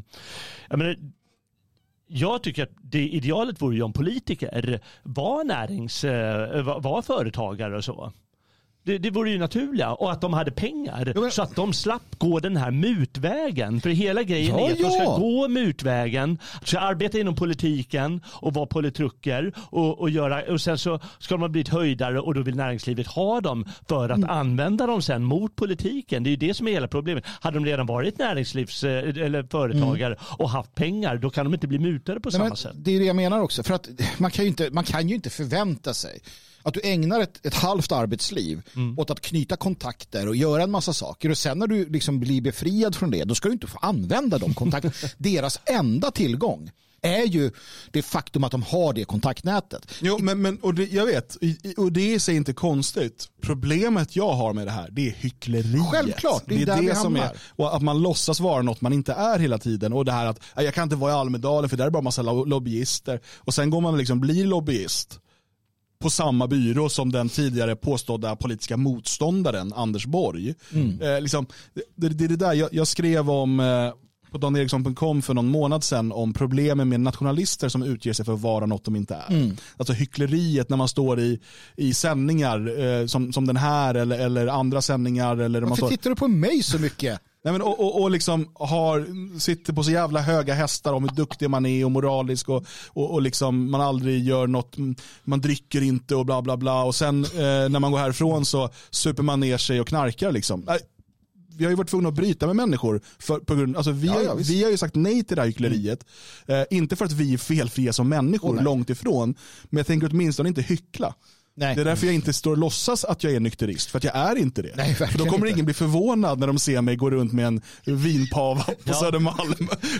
Jag tycker att det idealet vore ju om politiker var företagare och så. Det vore ju naturliga, och att de hade pengar så att de slapp gå den här mutvägen. För hela grejen är att de ska gå mutvägen, ska arbeta inom politiken och vara politrucker och sen så ska de ha blivit höjdare och då vill näringslivet ha dem för att använda dem sen mot politiken. Det är ju det som är hela problemet. Hade de redan varit eller företagare och haft pengar, då kan de inte bli mutade på samma sätt. Det är det jag menar också, för att man kan ju inte förvänta sig att du ägnar ett halvt arbetsliv åt att knyta kontakter och göra en massa saker, och sen när du liksom blir befriad från det, då ska du inte få använda de kontakterna. Deras enda tillgång är ju det faktum att de har det kontaktnätet. Jo, men jag vet, och det är sig inte konstigt. Problemet jag har med det här, det är hyckleriet. Självklart, det är där vi hamnar. Och att man låtsas vara något man inte är hela tiden. Och det här att jag kan inte vara i Almedalen för där är bara massa lobbyister. Och sen går man liksom blir lobbyist på samma byrå som den tidigare påstådda politiska motståndaren Anders Borg. Det är det där jag skrev om på daneriksson.com för någon månad sedan om problemen med nationalister som utger sig för att vara något de inte är. Alltså hyckleriet när man står i sändningar som den här eller andra sändningar. Eller varför tittar du på mig så mycket? Nej, men och liksom sitter på så jävla höga hästar om hur duktig man är och moralisk och liksom man aldrig gör något, man dricker inte och bla bla bla, och sen när man går härifrån så super man ner sig och knarkar liksom. Vi har ju varit tvungna att bryta med människor på grund, alltså vi har ju sagt nej till det här hyckleriet. Inte för att vi är felfria som människor, långt ifrån, men jag tänker åtminstone inte hyckla. Nej. Det är därför jag inte står och låtsas att jag är nykterist, för att jag är inte det. Nej, för då kommer ingen bli förvånad när de ser mig gå runt med en vinpava på Södermalm.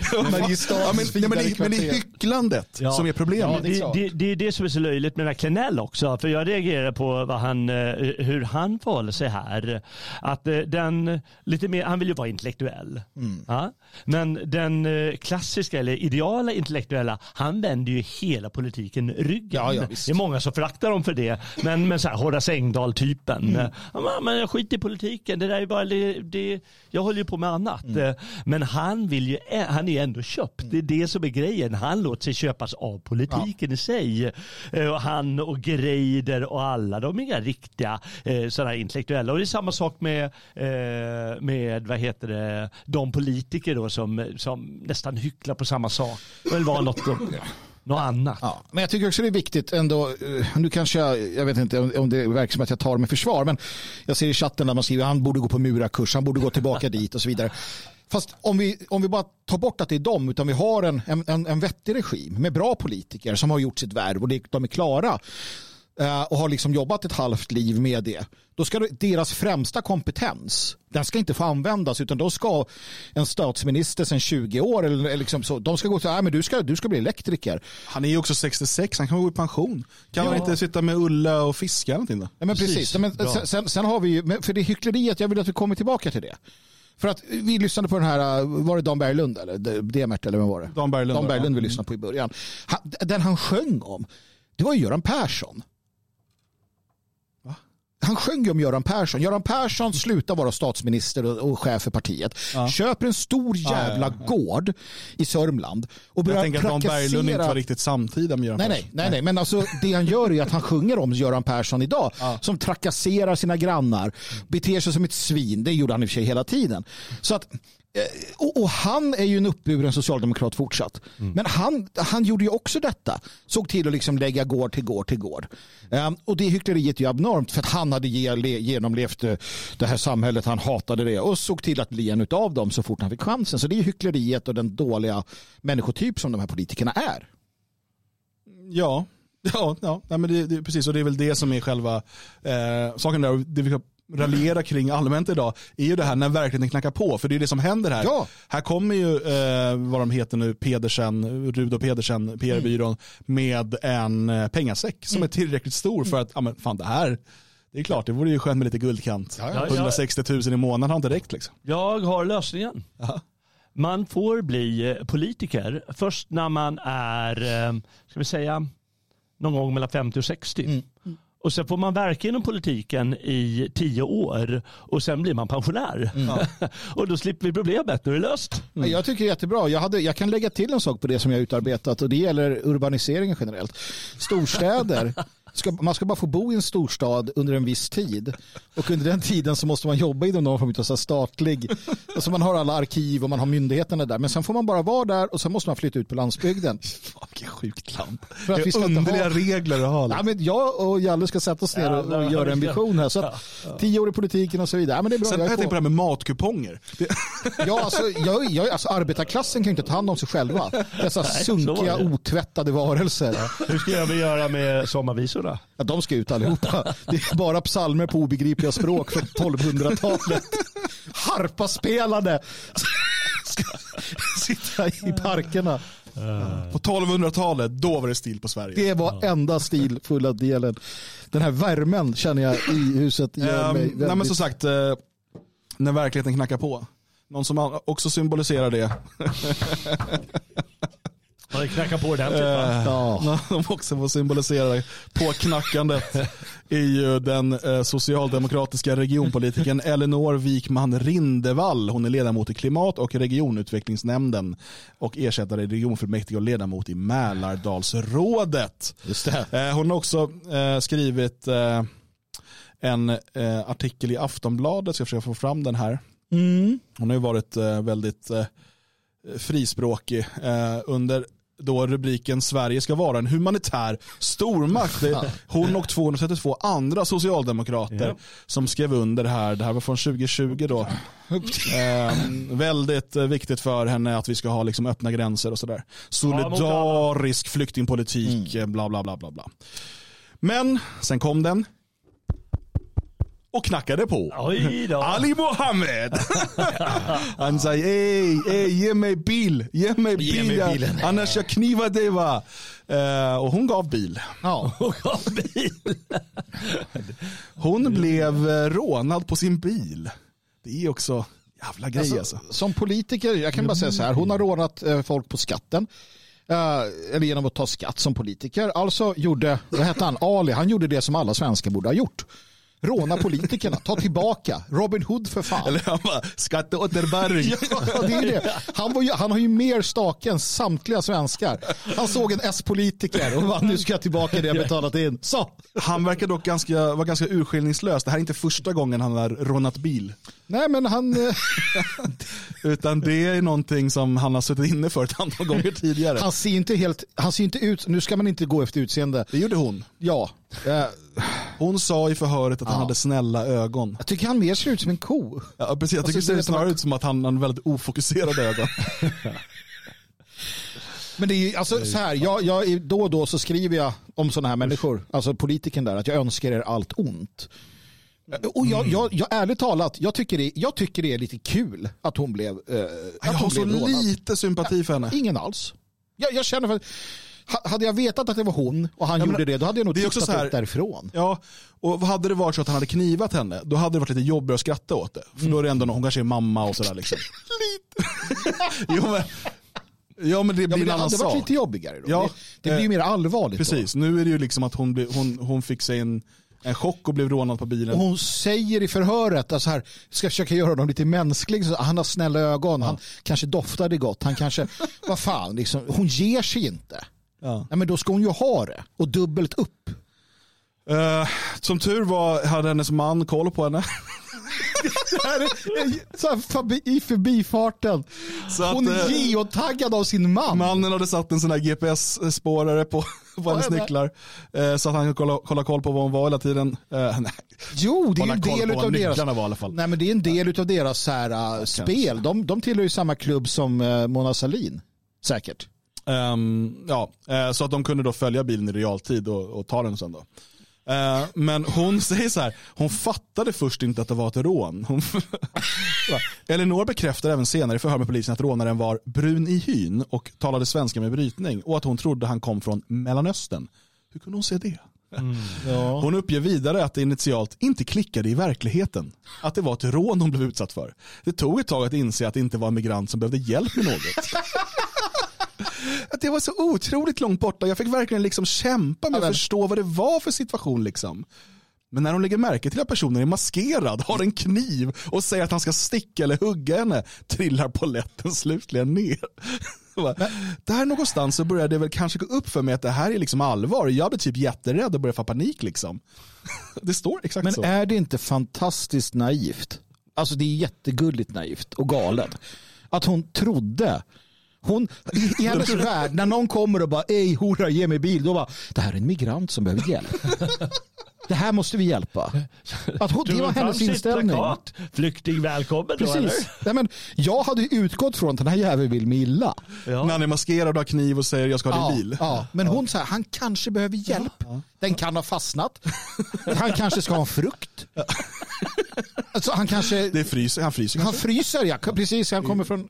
Men det är hycklandet som är problemet. Det är det som är så löjligt med Klenell också, för jag reagerar på hur han förhåller sig här. Att lite mer, han vill ju vara intellektuell. Ja? Men den klassiska eller ideala intellektuella, han vänder ju hela politiken ryggen. Det är många som föraktar dem för det. Men så här, Horace Engdahl-typen. Men jag skiter i politiken. Det där är bara det, jag håller ju på med annat. Men han är ändå köpt. Det är det som är grejen. Han låter sig köpas av politiken i sig. Och han och Greider och alla, de är inga riktiga sådana intellektuella. Och det är samma sak med vad heter det, de politiker då som nästan hycklar på samma sak. Det vill vara något annat. Ja, men jag tycker också det är viktigt ändå, nu kanske jag vet inte om det verkar som att jag tar med försvar, men jag ser i chatten där man skriver han borde gå på murarkurs, han borde gå tillbaka dit och så vidare. Fast om vi bara tar bort att det är dem, utan vi har en vettig regim med bra politiker som har gjort sitt värv och de är klara och har liksom jobbat ett halvt liv med det, då ska deras främsta kompetens, den ska inte få användas, utan då ska en statsminister sedan 20 år eller liksom så, de ska gå till, men du ska bli elektriker. Han är ju också 66, han kan gå i pension. Kan han inte sitta med Ulla och fiska eller någonting då? Ja, men precis. Men sen har vi ju, för det är hyckleriet, jag vill att vi kommer tillbaka till det. För att vi lyssnade på den här, var det Dan Berglund eller Demert eller vem var det? Dan Berglund vi lyssnade på i början. Den han sjöng om, det var Göran Persson. Han sjöng om Göran Persson. Göran Persson slutar vara statsminister och chef för partiet. Ja. Köper en stor jävla gård i Sörmland. Och börjar jag tänker att Dan Berglund inte var riktigt samtida med Göran Persson. Nej. Men alltså, det han gör är att han sjunger om Göran Persson idag. Ja. Som trakasserar sina grannar. Beter sig som ett svin. Det gjorde han i och för sig hela tiden. Så att och han är ju en uppburen socialdemokrat fortsatt. Men han gjorde ju också detta. Såg till att liksom lägga gård till gård. Och det hyckleriet är ju abnormt, för att han hade genomlevt det här samhället, han hatade det och såg till att bli en av dem så fort han fick chansen. Så det är hyckleriet och den dåliga människotyp som de här politikerna är. Ja. Nej, men det precis, och det är väl det som är själva saken där. Det vi raljera kring allmänt idag är ju det här när verkligheten knackar på, för det är det som händer här. Ja. Här kommer ju vad de heter nu, Rud och Pedersen, PR-byrån, med en pengasäck som är tillräckligt stor för att fan, det är klart, det vore ju skönt med lite guldkant. 160 000 i månaden har inte räckt liksom. Jag har lösningen. Aha. Man får bli politiker först när man är, ska vi säga, någon gång mellan 50 och 60. Och sen får man verka inom politiken i 10 år och sen blir man pensionär. Och då slipper vi problemet, då är det löst. Jag tycker det är jättebra. Jag kan lägga till en sak på det som jag har utarbetat, och det gäller urbaniseringen generellt. Storstäder. Man ska bara få bo i en storstad under en viss tid. Och under den tiden så måste man jobba inom någon form av statlig. Alltså man har alla arkiv och man har myndigheterna där. Men sen får man bara vara där och sen måste man flytta ut på landsbygden. Vilken sjukt land. För att vi ska underliga regler att ha. Ja, men jag och Jalle ska sätta oss ner och göra en vision här. Så att 10 år i politiken och så vidare. Ja, men det är bra. Sen jag tänkte på det här med matkuponger. Ja, alltså arbetarklassen kan ju inte ta hand om sig själva. Dessa sunkiga, otvättade varelser. Hur ska jag göra med sommarvisor? Ja, de ska ut allihopa. Det är bara psalmer på obegripliga språk från 1200-talet. Harpaspelade ska sitta i parkerna. På 1200-talet, då var det stil på Sverige. Det var enda stilfulla delen. Den här värmen känner jag i huset gör mig väldigt... Nej, men som sagt, när verkligheten knackar på. Någon som också symboliserar det. Det knackar på ordentligt, de också får symbolisera på knackandet i den socialdemokratiska regionpolitiken Elinor Wikman Rindevall. Hon är ledamot i klimat- och regionutvecklingsnämnden och ersättare i regionfullmäktige och ledamot i Mälardalsrådet. Just det. Hon har också skrivit en artikel i Aftonbladet, ska jag försöka få fram den här. Hon har ju varit väldigt frispråkig under då rubriken Sverige ska vara en humanitär stormakt. Hon och 232 andra socialdemokrater som skrev under det här. Det här var från 2020 då. Väldigt viktigt för henne att vi ska ha liksom öppna gränser och sådär. Solidarisk flyktingpolitik, bla bla bla bla bla. Men sen kom den och knackade på. Ali Mohammed. Han sa, ge mig bil. Ge mig bilen. Annars jag knivar dig, va? Och hon gav bil. Ja, hon gav bil. Hon blev rånad på sin bil. Det är också jävla grej alltså. Som politiker, jag kan bara säga så här, hon har rånat folk på skatten. Eller genom att ta skatt som politiker. Alltså gjorde, vad hette han? Ali, han gjorde det som alla svenskar borde ha gjort. Råna politikerna, ta tillbaka. Robin Hood för fan. Eller han bara, skatteåterbäring. Ja, det är det. Han har ju mer stake än samtliga svenskar. Han såg en S-politiker och bara, nu ska jag tillbaka det jag betalat in. Så. Han verkar dock vara ganska urskillningslös. Det här är inte första gången han har rånat bil. Nej, men han... Utan det är någonting som han har suttit inne för ett antal gånger tidigare. Han ser inte ut, nu ska man inte gå efter utseende. Det gjorde hon. Ja. Hon sa i förhöret att han hade snälla ögon. Jag tycker han mer ser ut som en ko. Ja, precis. Jag tycker det ser snarare ut som att han har väldigt ofokuserade ögon. Men det är ju, alltså så här, jag då och då så skriver jag om sådana här människor, alltså politiken där, att jag önskar er allt ont. Och jag ärligt talat, jag tycker det är lite kul att hon blev jag har så lite sympati för henne. Ingen alls. Jag känner för hade jag vetat att det var hon och han gjorde det, då hade jag nog tittat upp därifrån. Ja, och hade det varit så att han hade knivat henne, då hade det varit lite jobbigare att skratta åt det. För då är det ändå, hon kanske är mamma och sådär liksom. Ja, men det blir en annan sak. Det var lite jobbigare då. Ja, det blir ju mer allvarligt. Precis, då. Nu är det ju liksom att hon fick sig en chock och blev rånad på bilen. Och hon säger i förhöret, alltså här, ska försöka göra dem lite mänsklig. Så han har snälla ögon, han kanske doftade gott, han kanske, vad fan, liksom, hon ger sig inte. Ja. Nej, men då ska hon ju ha det, och dubbelt upp. Som tur var hade hennes man koll på henne. Det här är så här i förbifarten. Så hon är geotaggad av sin man. Mannen hade satt en sån här GPS-spårare på hennes nycklar. Så att han kunde kolla koll på vad hon var hela tiden. Nej. Jo, det är en del av deras. Var, i alla fall. Nej, men det är en del av deras så här, spel. De tillhör ju samma klubb som Mona Sahlin. Säkert. Så att de kunde då följa bilen i realtid och ta den sen då. Men hon säger så här, hon fattade först inte att det var ett rån. Elinor bekräftar även senare i förhör med polisen att rånaren var brun i hyn och talade svenska med brytning, och att hon trodde han kom från Mellanöstern. Hur kunde hon se det? Ja. Hon uppger vidare att det initialt inte klickade i verkligheten. Att det var ett rån hon blev utsatt för. Det tog ett tag att inse att det inte var en migrant som behövde hjälp med något. Att det var så otroligt långt borta. Jag fick verkligen liksom kämpa med att förstå vad det var för situation liksom. Men när hon lägger märke till att personen är maskerad, har en kniv och säger att han ska sticka eller hugga henne, trillar polletten slutligen ner. Där någonstans så började det väl kanske gå upp för mig att det här är liksom allvar. Jag blir typ jätterädd och börjar få panik liksom. Det står exakt men så. Men är det inte fantastiskt naivt? Alltså det är jättegulligt naivt och galet. Att hon trodde... I hennes värld, när någon kommer och bara ej hora, ge mig bil, då bara, det här är en migrant som behöver hjälp. Det här måste vi hjälpa. Att det var hennes inställning. Plakat, flykting välkommen. Precis. Nej, men jag hade utgått från att den här jäveln vill mig illa. Ja. När han är maskerad och har kniv och säger jag ska ha din bil. Ja. Men hon säger han kanske behöver hjälp. Ja. Den kan ha fastnat. Han kanske ska ha en frukt. Alltså, han kanske... Han fryser kanske. Han fryser, ja. Precis. Han kommer från...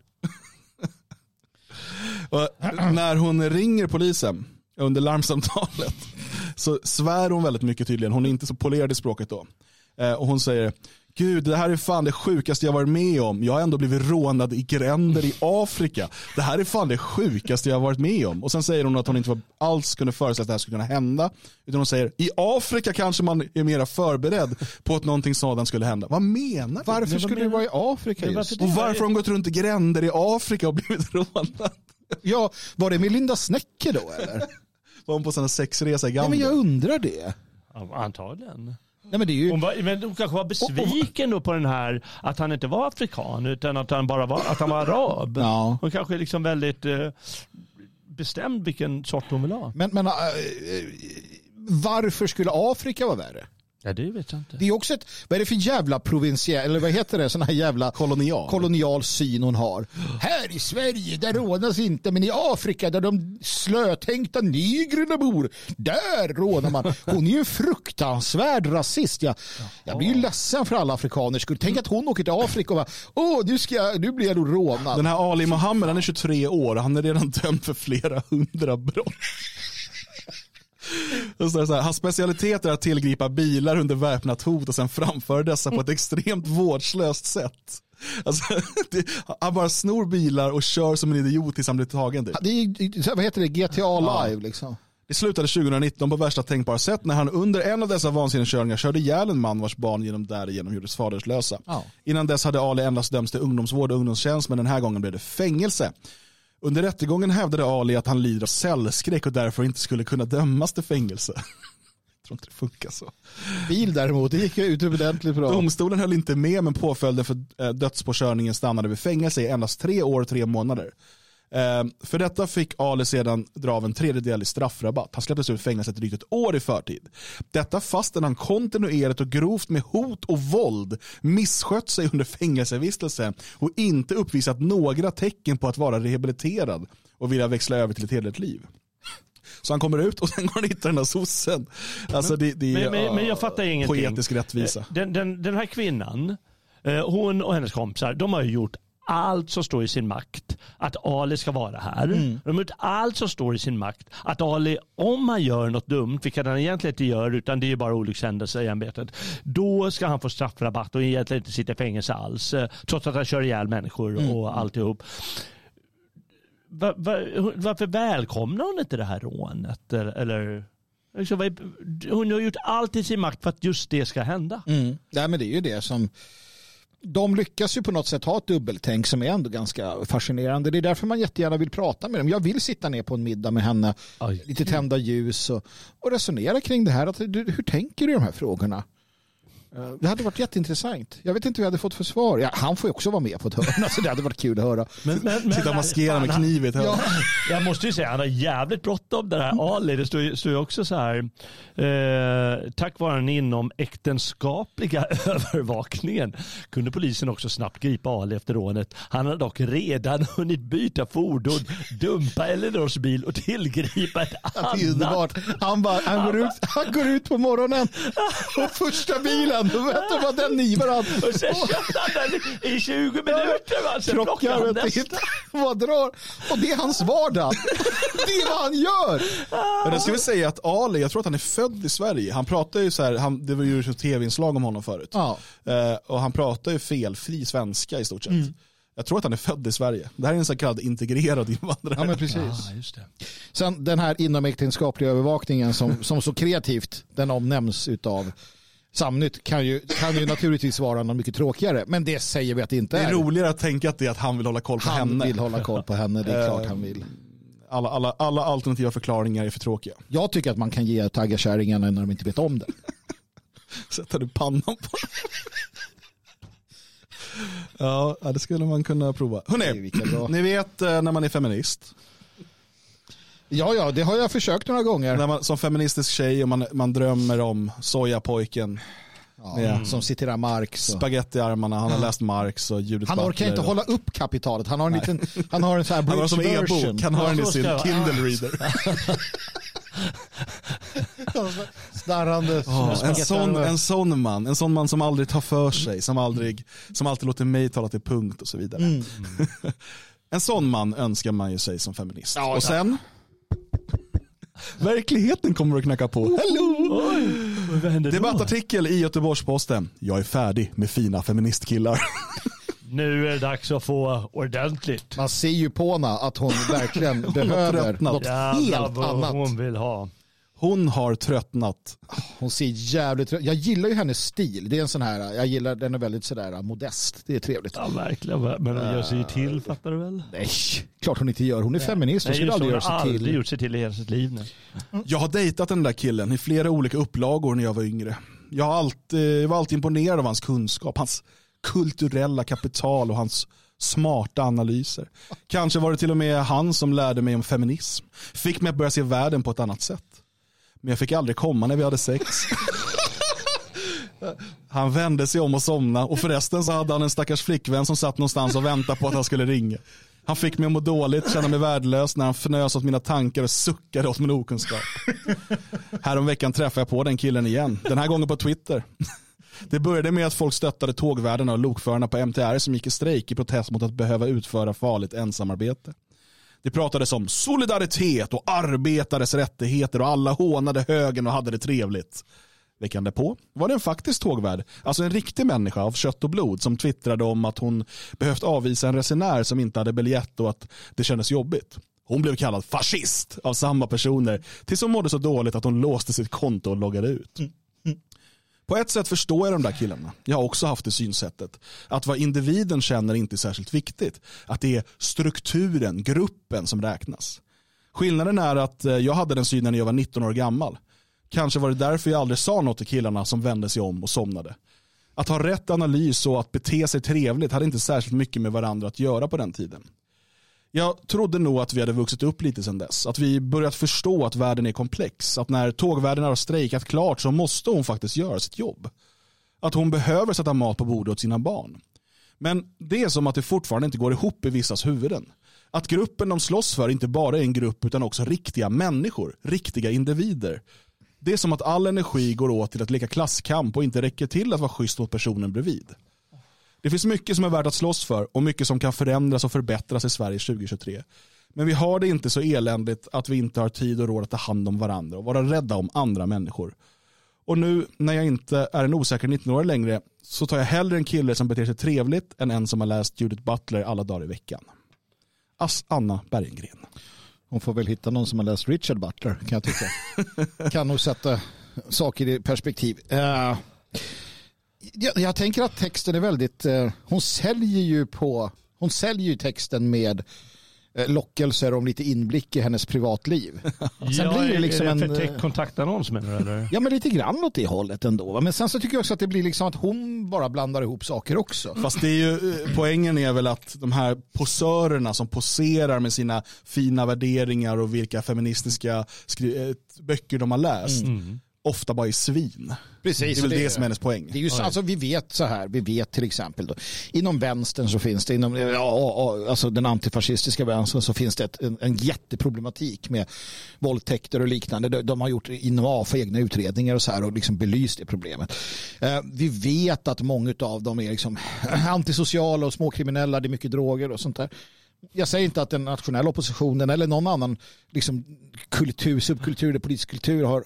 Och när hon ringer polisen under larmsamtalet så svär hon väldigt mycket tydligen. Hon är inte så polerad i språket då. Och hon säger, Gud, det här är fan det sjukaste jag varit med om. Jag har ändå blivit rånad i gränder i Afrika. Det här är fan det sjukaste jag varit med om. Och sen säger hon att hon inte alls kunde föreställa att det här skulle kunna hända. Utan hon säger, i Afrika kanske man är mera förberedd på att någonting sådant skulle hända. Vad menar du? Varför skulle det vara i Afrika just? Och varför har hon gått runt i gränder i Afrika och blivit rånad? Ja, var det med Linda Snäcke då eller? Var hon på sådana sexresa i Gambia? Ja, men jag undrar det. Ja, antagligen. Nej, men det är ju... hon kanske var besviken då på den här att han inte var afrikan utan att han bara var, att han var arab. Ja. Hon kanske liksom väldigt bestämd vilken sort hon vill ha. Men varför skulle Afrika vara värre? Ja, det vet jag inte. Det är också ett, vad är det för jävla provinsiell, eller vad heter det, sån här jävla kolonial syn hon har. Här i Sverige, där rånas inte, men i Afrika där de slötänkta negrerna bor, där rånar man. Hon är ju en fruktansvärd rasist. Jag blir ju ledsen för alla afrikaner. Skulle tänka att hon åker till Afrika och bara, nu blir jag nog rånad. Den här Ali Mohammed, han är 23 år. Han är redan dömd för flera 100 brott. Hans specialitet är att tillgripa bilar under väpnat hot och sen framföra dessa på ett extremt vårdslöst sätt. Alltså, han bara snor bilar och kör som en idiot tills han blir tagen. Det är, vad heter det? GTA Live liksom. Det slutade 2019 på värsta tänkbara sätt när han under en av dessa vansinneskörningar körde ihjäl en man vars barn därigenom gjordes faderslösa. Innan dess hade Ali endast dömts till ungdomsvård och ungdomstjänst, men den här gången blev det fängelse. Under rättegången hävdade Ali att han lider av cellskräck och därför inte skulle kunna dömas till fängelse. Jag tror inte det funkar så. Bil däremot, det gick ju utomordentligt bra. Domstolen höll inte med, men påföljden för dödspåkörningen stannade vid fängelse i endast 3 år och 3 månader. För detta fick Ali sedan dra av en 1/3 i straffrabatt. Han släpptes ut fängelset drygt 1 år i förtid. Detta fastän han kontinuerligt och grovt med hot och våld misskött sig under fängelsevistelse och inte uppvisat några tecken på att vara rehabiliterad och vilja växla över till ett hederligt liv. Så han kommer ut och sen går han hitta den där sossen. Alltså men jag fattar ingenting. Poetisk rättvisa. Den här kvinnan, hon och hennes kompisar, de har ju gjort allt som står i sin makt att Ali ska vara här. De har gjort allt som står i sin makt att Ali, om han gör något dumt, vilket han egentligen inte gör utan det är bara olyckshändelse i ämbetet, då ska han få straffrabatt och egentligen inte sitta i fängelse alls, trots att han kör ihjäl människor och alltihop. Varför välkomnar hon inte det här rånet? Eller hon har gjort allt i sin makt för att just det ska hända. Nej, men det är ju det som... De lyckas ju på något sätt ha ett dubbeltänk som är ändå ganska fascinerande. Det är därför man jättegärna vill prata med dem. Jag vill sitta ner på en middag med henne, lite tända ljus och resonera kring det här. Hur tänker du i de här frågorna? Det hade varit jätteintressant. Jag vet inte vad jag hade fått för svar. Ja, han får ju också vara med på ett hörn. Så det hade varit kul att höra. Sitta och maskera med knivet. Ja. Jag måste ju säga, han har jävligt bråttom det här Ali. Det står ju också så här. Tack vare den inom äktenskapliga övervakningen kunde polisen också snabbt gripa Ali efter rånet. Han har dock redan hunnit byta fordon, dumpa Elinors bil och tillgripa ett annat. Det är underbart. Han går ut på morgonen och första bilen. Då vet du vad den nivar han. Och sen köpte han den i 20 minuter. Sen plockar han nästa. Vad drar. Och det är hans vardag. Det är vad han gör. Men jag skulle säga att Ali, jag tror att han är född i Sverige. Han pratar ju så här, det var ju ett tv-inslag om honom förut. Och han pratar ju felfri svenska i stort sett. Jag tror att han är född i Sverige. Det här är en så kallad integrerad invandrare. Ja, men precis. Just det. Sen den här inomäktenskapliga övervakningen som så kreativt den omnämns utav Samnytt kan ju naturligtvis vara något mycket tråkigare, men det säger vi att det inte är. Det är roligare att tänka att det är att han vill hålla koll på henne. Han vill hålla koll på henne, det är klart han vill. Alla alternativa förklaringar är för tråkiga. Jag tycker att man kan ge taggarkärringarna när de inte vet om det. Sätter du pannan på. Ja, det skulle man kunna prova. Hörrni, ni vet när man är feminist. Ja, det har jag försökt några gånger. När man, som feministisk tjej och man drömmer om sojapojken. Som citerar Marx. Spaghetti i armarna, han har läst Marx och Judith Han orkar inte hålla upp kapitalet. Han har en sån här bridge version. Han har den i sin Kindle reader. Snarrande. En sån man som aldrig tar för sig, som alltid låter mig tala till punkt och så vidare. En sån man önskar man ju sig som feminist. Ja, och sen verkligheten kommer att knacka på. Hello! Debattartikel i Göteborgs-Posten. Jag är färdig med fina feministkillar. Nu är det dags att få ordentligt. Man ser ju på henne att hon verkligen behöver något helt annat. Hon vill ha. Hon har tröttnat. Hon ser jävligt trött. Jag gillar ju hennes stil. Det är en sån här, jag gillar den är väldigt sådär modest. Det är trevligt. Ja, verkligen. Men hon gör sig ju till, fattar du väl? Nej, klart hon inte gör. Hon är feminist. Hon skulle aldrig göra sig till. Hon har aldrig gjort sig till i hela sitt liv nu. Jag har dejtat den där killen i flera olika upplagor när jag var yngre. Jag var alltid imponerad av hans kunskap, hans kulturella kapital och hans smarta analyser. Kanske var det till och med han som lärde mig om feminism. Fick mig att börja se världen på ett annat sätt. Men jag fick aldrig komma när vi hade sex. Han vände sig om och somnade. Och förresten så hade han en stackars flickvän som satt någonstans och väntade på att han skulle ringa. Han fick mig att må dåligt, känna mig värdelös när han fnös åt mina tankar och suckade åt min okunskap. Häromveckan träffade jag på den killen igen. Den här gången på Twitter. Det började med att folk stöttade tågvärdarna och lokförarna på MTR som gick i strejk i protest mot att behöva utföra farligt ensamarbete. Det pratades om solidaritet och arbetares rättigheter och alla hånade högen och hade det trevligt. Veckan därpå var det en faktisk tågvärd, alltså en riktig människa av kött och blod, som twittrade om att hon behövt avvisa en resenär som inte hade biljett och att det kändes jobbigt. Hon blev kallad fascist av samma personer tills hon mådde så dåligt att hon låste sitt konto och loggade ut. På ett sätt förstår jag de där killarna. Jag har också haft det synsättet. Att vad individen känner inte är särskilt viktigt. Att det är strukturen, gruppen som räknas. Skillnaden är att jag hade den synen när jag var 19 år gammal. Kanske var det därför jag aldrig sa något till killarna som vände sig om och somnade. Att ha rätt analys och att bete sig trevligt hade inte särskilt mycket med varandra att göra på den tiden. Jag trodde nog att vi hade vuxit upp lite sedan dess. Att vi börjat förstå att världen är komplex. Att när tågvärden har strejkat klart så måste hon faktiskt göra sitt jobb. Att hon behöver sätta mat på bordet åt sina barn. Men det är som att det fortfarande inte går ihop i vissas huvuden. Att gruppen de slåss för inte bara är en grupp utan också riktiga människor, riktiga individer. Det är som att all energi går åt till att leka klasskamp och inte räcker till att vara schysst mot personen bredvid. Det finns mycket som är värt att slåss för och mycket som kan förändras och förbättras i Sverige 2023. Men vi har det inte så eländigt att vi inte har tid och råd att ta hand om varandra och vara rädda om andra människor. Och nu när jag inte är en osäker 19-årig längre så tar jag hellre en kille som beter sig trevligt än en som har läst Judith Butler alla dagar i veckan. Anna Berggren. Hon får väl hitta någon som har läst Richard Butler, kan jag tycka. Kan nog sätta saker i perspektiv. Jag tänker att texten är väldigt... Hon säljer ju texten med lockelser om lite inblick i hennes privatliv. Sen blir det liksom en kontaktannons, menar du, eller? Ja, men lite grann åt det hållet ändå. Men sen så tycker jag också att det blir liksom att hon bara blandar ihop saker också. Fast det är ju, poängen är väl att de här posörerna som poserar med sina fina värderingar och vilka feministiska böcker de har läst ofta bara är svin. Precis, det är väl det som är hennes poäng. Det är ju, alltså, vi vet till exempel då, inom vänstern så finns det, inom alltså den antifascistiska vänstern så finns det en jätteproblematik med våldtäkter och liknande. De har gjort inom AFA egna utredningar och så här och liksom belyst det problemet. Vi vet att många av dem är liksom antisociala och småkriminella, det är mycket droger och sånt där. Jag säger inte att den nationella oppositionen eller någon annan liksom subkultur eller politisk kultur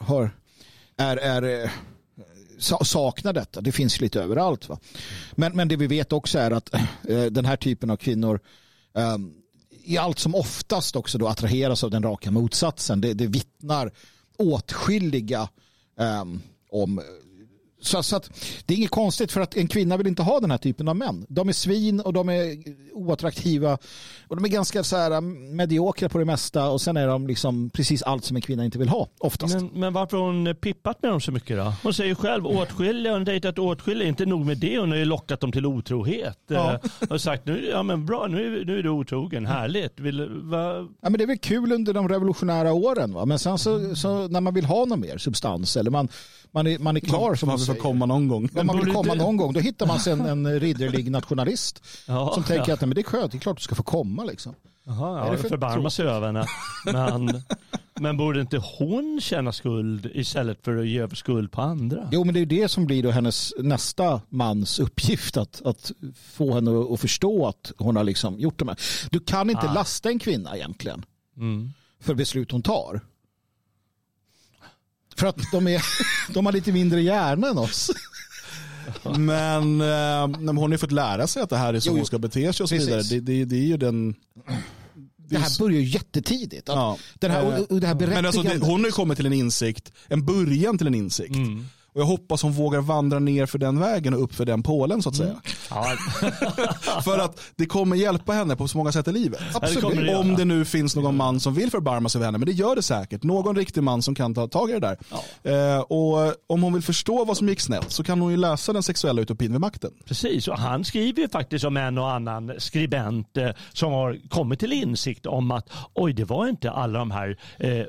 saknar detta. Det finns lite överallt. Va? Men det vi vet också är att den här typen av kvinnor i allt som oftast också då attraheras av den raka motsatsen. Det vittnar åtskilliga om. Så att det är inget konstigt, för att en kvinna vill inte ha den här typen av män. De är svin och de är oattraktiva och de är ganska så här mediokra på det mesta, och sen är de liksom precis allt som en kvinna inte vill ha oftast. Men varför har hon pippat med dem så mycket då? Hon säger själv åtskilliga, hon dejtat åtskilliga, inte nog med det, hon har ju lockat dem till otrohet. Ja. Och sagt nu är du otrogen, härligt. Ja, men det är väl kul under de revolutionära åren, va? Men sen så när man vill ha någon mer substans eller man är klar, som man får komma någon gång. Ja, man vill komma någon gång. Då hittar man sig en ridderlig nationalist som tänker att men det är skönt, det är klart du ska få komma liksom. Jaha, ja, förbarmar sig över henne. Men borde inte hon känna skuld istället för att ge skuld på andra? Jo, men det är det som blir då hennes nästa mans uppgift, att få henne att förstå att hon har liksom gjort det. Du kan inte lasta en kvinna egentligen för beslut hon tar. För att de har lite mindre hjärna än oss. Men hon har ju fått lära sig att det här är så hon ska bete sig och så vidare. Det är ju den... Det här börjar ju jättetidigt. Ja. Det här men alltså, hon har ju kommit till en insikt, en början till en insikt. Och jag hoppas hon vågar vandra ner för den vägen och upp för den pålen, så att säga. För att det kommer hjälpa henne på så många sätt i livet. Absolut. Om det nu finns någon man som vill förbarma sig av henne, men det gör det säkert. Någon riktig man som kan ta tag i det där. Ja. Och om hon vill förstå vad som gick snett så kan hon ju läsa Den sexuella utopin vid makten. Precis, och han skriver ju faktiskt om en och annan skribent som har kommit till insikt om att det var inte alla de här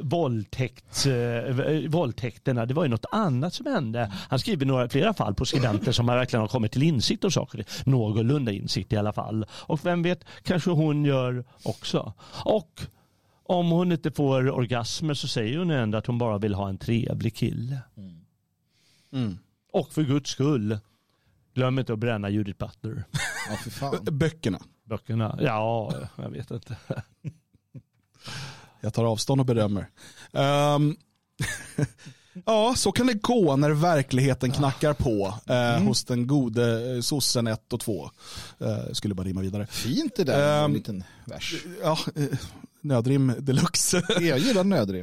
våldtäkterna, det var ju något annat som hände. Han skriver flera fall på skribenter som verkligen har kommit till insikt om saker. Någorlunda insikt i alla fall. Och vem vet, kanske hon gör också. Och om hon inte får orgasmer så säger hon ändå att hon bara vill ha en trevlig kille. Och för Guds skull, glöm inte att bränna Judith Butler. Ja, för fan. Böckerna. Ja, jag vet inte. Jag tar avstånd och berömmer. Ja, så kan det gå när verkligheten knackar på hos den gode sossen 1 och 2. Skulle bara rimma vidare. Fint det där, en liten vers. Ja, nödrim deluxe. Jag gillar nödrim.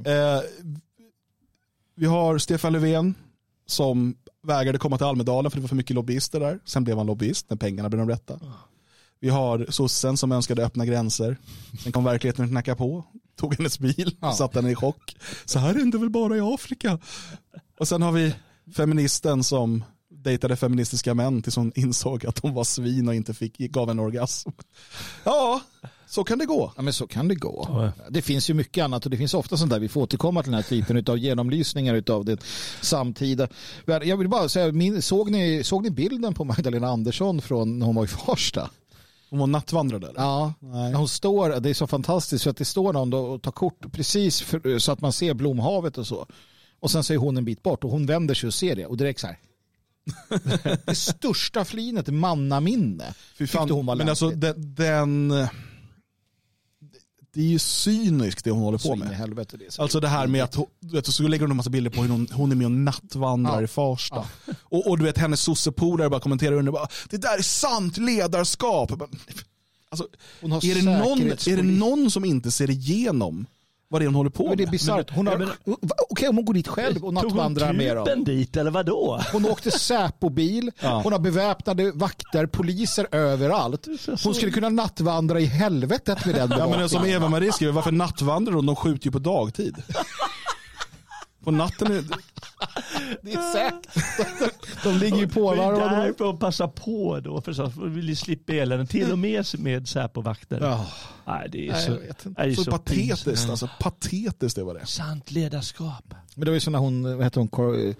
Vi har Stefan Löfven som vägrade komma till Almedalen för det var för mycket lobbyister där. Sen blev han lobbyist när pengarna blev de rätta. Vi har sossen som önskade öppna gränser. Sen kom verkligheten att knacka på. Tog hennes bil och satte henne i chock. Så här är det väl bara i Afrika. Och sen har vi feministen som dejtade feministiska män tills hon insåg att de var svin och inte gav en orgasm. Ja, så kan det gå. Ja, men så kan det gå. Ja. Det finns ju mycket annat och det finns ofta sånt där. Vi får återkomma till den här typen av genomlysningar av det samtida. Jag vill bara säga, såg ni bilden på Magdalena Andersson från när hon var i Farsta? Hon var nattvandrade eller? Ja, hon står, det är så fantastiskt för att det står någon och tar kort precis så att man ser Blomhavet och så. Och sen så är hon en bit bort och hon vänder sig och ser det och direkt så här. Det största flinet mannaminne. Tyckte hon var men alltså det är ju cyniskt det hon håller på med. Helvete, det alltså det här med att så lägger hon en massa bilder på hur hon är med och nattvandrar i Farsta. Ja. Och du vet hennes sossepolare bara kommenterar under bara, det där är sant ledarskap. Alltså, är det någon som inte ser igenom vad det är hon håller på med? Det är bisarrt. Okej, om hon går dit själv och nattvandrar med dem. Tog hon dit eller vadå? Hon åkte Säpo-bil. Ja. Hon har beväpnade vakter, poliser överallt. Hon skulle kunna nattvandra i helvetet med den. Ja, men som Eva-Marie skriver, varför nattvandrar hon? De skjuter ju på dagtid. På natten är det är säkert. De ligger ju på. Det är därför att passa på då. För så vill ju slippa elen. Till och med Säpo-vakter. Ja. Nej, det är så patetiskt. Alltså, patetiskt det var det. Sant ledarskap. Men det var ju så när hon, vad heter hon,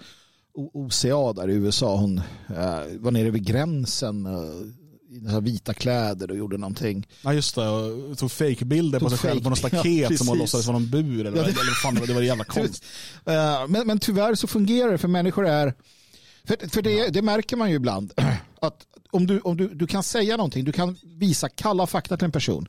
OCA där i USA. Hon var nere vid gränsen i några vita kläder och gjorde någonting. Ja just det, och tog fake-bilder på sig själv på något staket som hon låtsades vara någon bur eller fan, det var jävla konst. Men tyvärr så fungerar det för människor är för det märker man ju ibland att om du kan säga någonting, du kan visa kalla fakta till en person.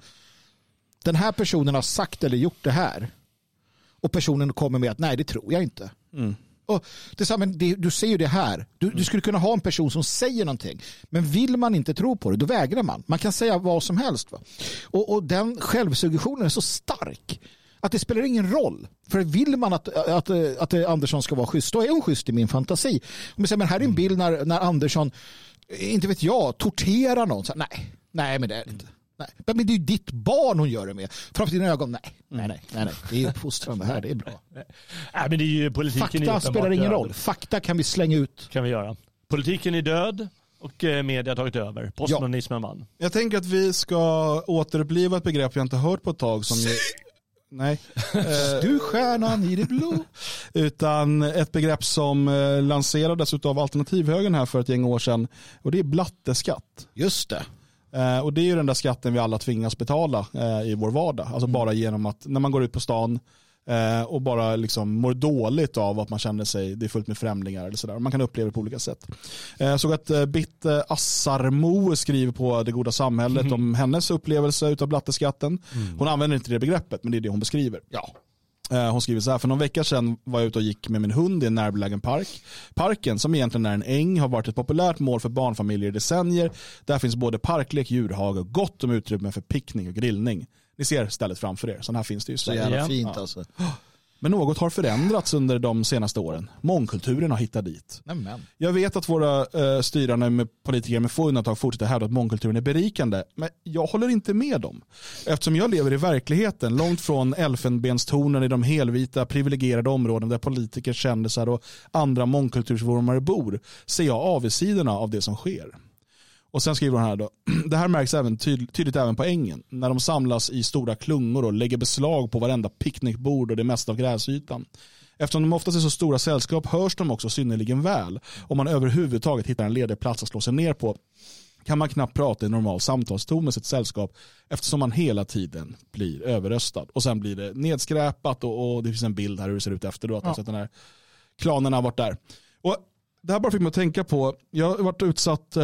Den här personen har sagt eller gjort det här och personen kommer med att nej, det tror jag inte. Och det är så här, men du ser ju det här. Du skulle kunna ha en person som säger någonting. Men vill man inte tro på det, då vägrar man. Man kan säga vad som helst. Va? Och den självsuggestionen är så stark att det spelar ingen roll. För vill man att Andersson ska vara schysst, då är hon schysst i min fantasi. Men här är en bild när Andersson, inte vet jag, torterar någon. Så här, nej, men det är det inte. Nej. Men det är ju ditt barn hon gör det med. Framför dina ögon, nej. Det är uppfostrande här, det är bra. Nej, men det är ju politiken. Fakta spelar ingen roll. Fakta kan vi slänga ut. Kan vi göra. Politiken är död och media har tagit över. Postmodernismen vann. Jag tänker att vi ska återuppliva ett begrepp jag inte hört på ett tag som nej. Du stjärnan i det blå. Utan ett begrepp som lanserades av alternativhögern här för ett gäng år sedan. Och det är blatteskatt. Just det. Och det är ju den där skatten vi alla tvingas betala i vår vardag. Alltså bara genom att när man går ut på stan och bara liksom mår dåligt av att man känner sig, det är fullt med främlingar eller sådär. Man kan uppleva det på olika sätt. Såg att Bitte Assarmo skriver på Det goda samhället om hennes upplevelse utav blatteskatten. Hon använder inte det begreppet, men det är det hon beskriver. Ja. Hon skriver så här, för någon vecka sedan var jag ute och gick med min hund i en närbelägen park. Parken, som egentligen är en äng, har varit ett populärt mål för barnfamiljer i decennier. Där finns både parklek, djurhage och gott om utrymme för picknick och grillning. Ni ser stället framför er, så här finns det ju. Så jävla fint alltså. Men något har förändrats under de senaste åren. Mångkulturen har hittat dit. Amen. Jag vet att våra styrande med politiker med få undantag fortsätter hävda att mångkulturen är berikande. Men jag håller inte med dem. Eftersom jag lever i verkligheten, långt från elfenbenstornen i de helvita privilegierade områden där politiker, kändisar och andra mångkultursvormare bor, ser jag avigsidorna av det som sker. Och sen skriver hon här då, det här märks även tydligt även på ängen, när de samlas i stora klungor och lägger beslag på varenda picknickbord och det mesta av gräsytan. Eftersom de oftast är så stora sällskap hörs de också synnerligen väl. Om man överhuvudtaget hittar en ledig plats att slå sig ner på kan man knappt prata i normal samtalston med sitt sällskap eftersom man hela tiden blir överröstad. Och sen blir det nedskräpat och det finns en bild här hur det ser ut efter då, att den här klanen har varit där. Och det här bara fick mig att tänka på, jag har varit utsatt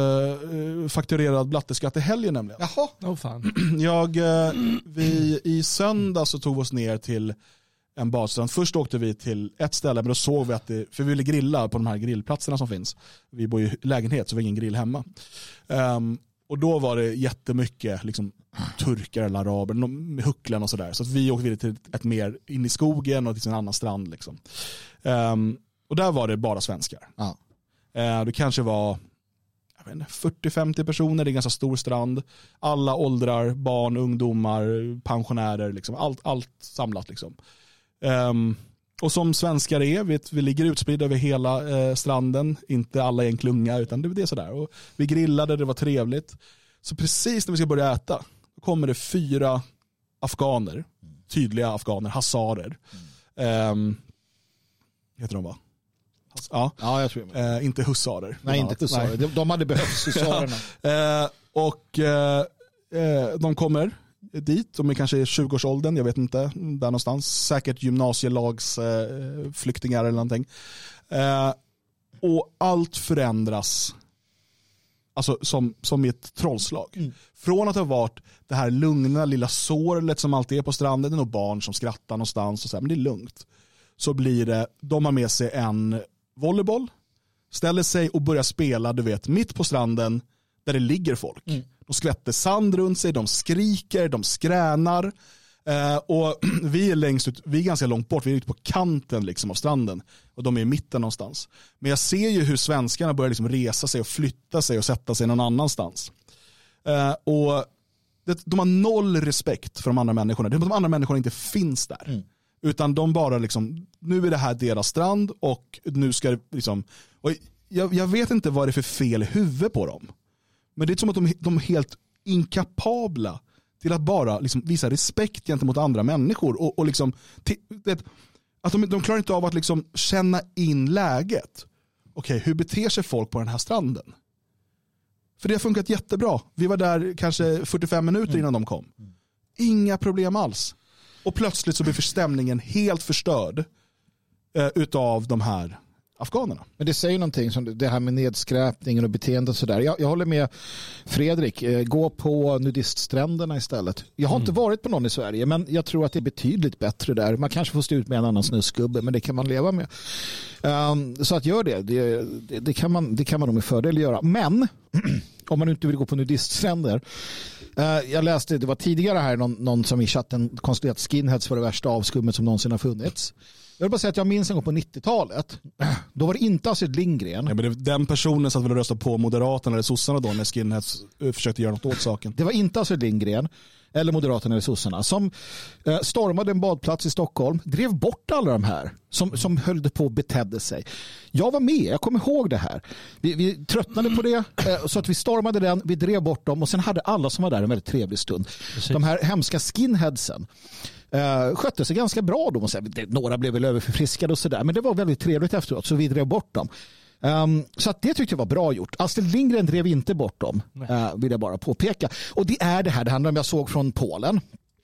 fakturerad blatteskatt i helgen nämligen. Jaha, fan. Vi i söndag så tog oss ner till en badstrand. Först åkte vi till ett ställe, men då såg vi att för vi ville grilla på de här grillplatserna som finns. Vi bor i lägenhet så vi har ingen grill hemma. Och då var det jättemycket liksom, turkar eller araber med hucklen och sådär. Så att vi åkte vidare till ett mer in i skogen och till en annan strand. Liksom. Och där var det bara svenskar. Ja. Det kanske var 40-50 personer, det är en ganska stor strand. Alla åldrar, barn, ungdomar, pensionärer, liksom. Allt samlat. Liksom. Och som svenskar vi ligger utspridda över hela stranden. Inte alla i en klunga, utan det är sådär. Och vi grillade, det var trevligt. Så precis när vi ska börja äta, då kommer det 4 afghaner. Tydliga afghaner, hazarer. Heter de va? Ja, jag tror inte husarer. Nej, inte husarer. Nej. De hade behövt husarerna. De kommer dit, de är kanske i 20-årsåldern, jag vet inte, där någonstans. Säkert gymnasielagsflyktingar eller någonting. Och allt förändras alltså som i ett trollslag. Från att ha varit det här lugna lilla sårlet som alltid är på stranden, det är nog barn som skrattar någonstans och så här, men det är lugnt. Så blir det, de har med sig en volleyboll, ställer sig och börjar spela, du vet, mitt på stranden där det ligger folk. De skvätter sand runt sig, de skriker, de skränar. Och vi är längst ut, vi är ganska långt bort, vi är ute på kanten liksom av stranden och de är i mitten någonstans. Men jag ser ju hur svenskarna börjar liksom resa sig och flytta sig och sätta sig någon annanstans. Och de har noll respekt för de andra människorna. De andra människorna inte finns där. Utan de bara liksom, nu är det här deras strand och nu ska det liksom, och jag vet inte vad det är för fel i huvudet på dem. Men det är som att de är helt inkapabla till att bara liksom visa respekt gentemot andra människor och liksom, att de klarar inte av att liksom känna in läget. Okej, hur beter sig folk på den här stranden? För det har funkat jättebra. Vi var där kanske 45 minuter innan de kom. Inga problem alls. Och plötsligt så blir stämningen helt förstörd utav de här afghanerna. Men det säger någonting som det här med nedskräpningen och beteendet och sådär. Jag håller med Fredrik. Gå på nudiststränderna istället. Jag har inte varit på någon i Sverige, men jag tror att det är betydligt bättre där. Man kanske får stå ut med en annan snusgubbe, men det kan man leva med. Så att gör det. Det kan man nog med fördel göra. Men om man inte vill gå på nudiststränder. Jag läste, det var tidigare här någon som i chatten konstaterat att skinheads var det värsta avskummet som någonsin har funnits. Jag vill bara säga att jag minns en gång på 90-talet. Då var det inte Astrid Lindgren. Ja, men den personen satt väl och röstade på Moderaterna eller sossarna då när skinheads försökte göra något åt saken. Det var inte Astrid Lindgren eller Moderaterna eller sossarna som stormade en badplats i Stockholm, drev bort alla de här som höll på och betedde sig. Jag var med, jag kommer ihåg det här. Vi tröttnade på det så att vi stormade den, vi drev bort dem och sen hade alla som var där en väldigt trevlig stund. Precis. De här hemska skinheadsen skötte sig ganska bra då. Några blev väl överförfriskade och sådär, men det var väldigt trevligt efteråt så vi drev bort dem. Så att det tyckte jag var bra gjort. Astrid Lindgren drev inte bort dem, vill jag bara påpeka. Och det är det här, det handlar om, jag såg från Polen.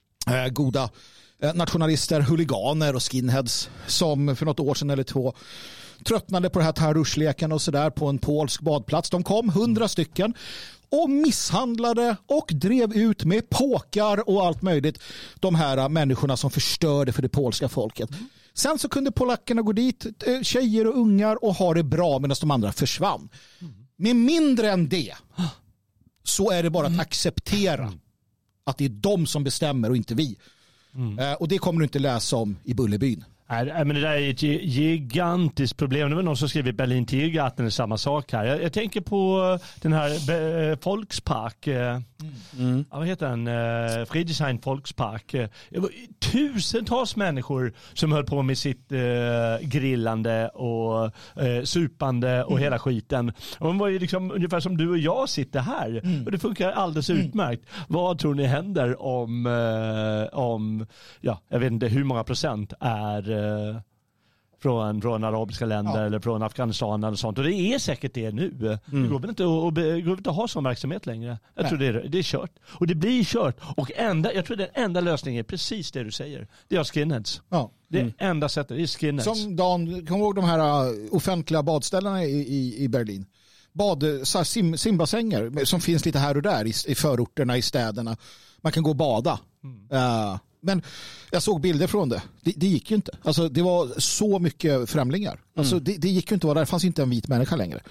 Goda nationalister, huliganer och skinheads som för något år sedan eller 2 tröttnade på det här terrorleken och sådär på en polsk badplats. De kom 100 stycken och misshandlade och drev ut med påkar och allt möjligt de här människorna som förstörde för det polska folket. Sen så kunde polackerna gå dit, tjejer och ungar, och ha det bra medan de andra försvann. Med mindre än det så är det bara att acceptera att det är de som bestämmer och inte vi. Och det kommer du inte läsa om i Bullerbyn. Nej, men det där är ett gigantiskt problem. Det var någon som skrev i Berlin Tiergarten är samma sak här. Jag tänker på den här Volkspark. Vad heter den? Friedrichshain Volkspark. Det var tusentals människor som höll på med sitt grillande och supande och hela skiten. Och de var ju liksom ungefär som du och jag sitter här. Och det funkar alldeles utmärkt. Vad tror ni händer om jag vet inte hur många procent är från arabiska länder eller från Afghanistan eller sånt. Och det är säkert det nu. Det går väl inte att ha sån verksamhet längre. Jag tror det är kört. Och det blir kört. Och jag tror den enda lösningen är precis det du säger. Det är skinheads. Ja. Det är enda sättet. Det är skinheads. Som Dan, kom ihåg de här offentliga badställena i Berlin. Simbassänger som finns lite här och där i förorterna i städerna. Man kan gå och bada. Men jag såg bilder från det. Det gick ju inte. Alltså, det var så mycket främlingar. Alltså, det gick ju inte att vara där. Det fanns inte en vit människa längre.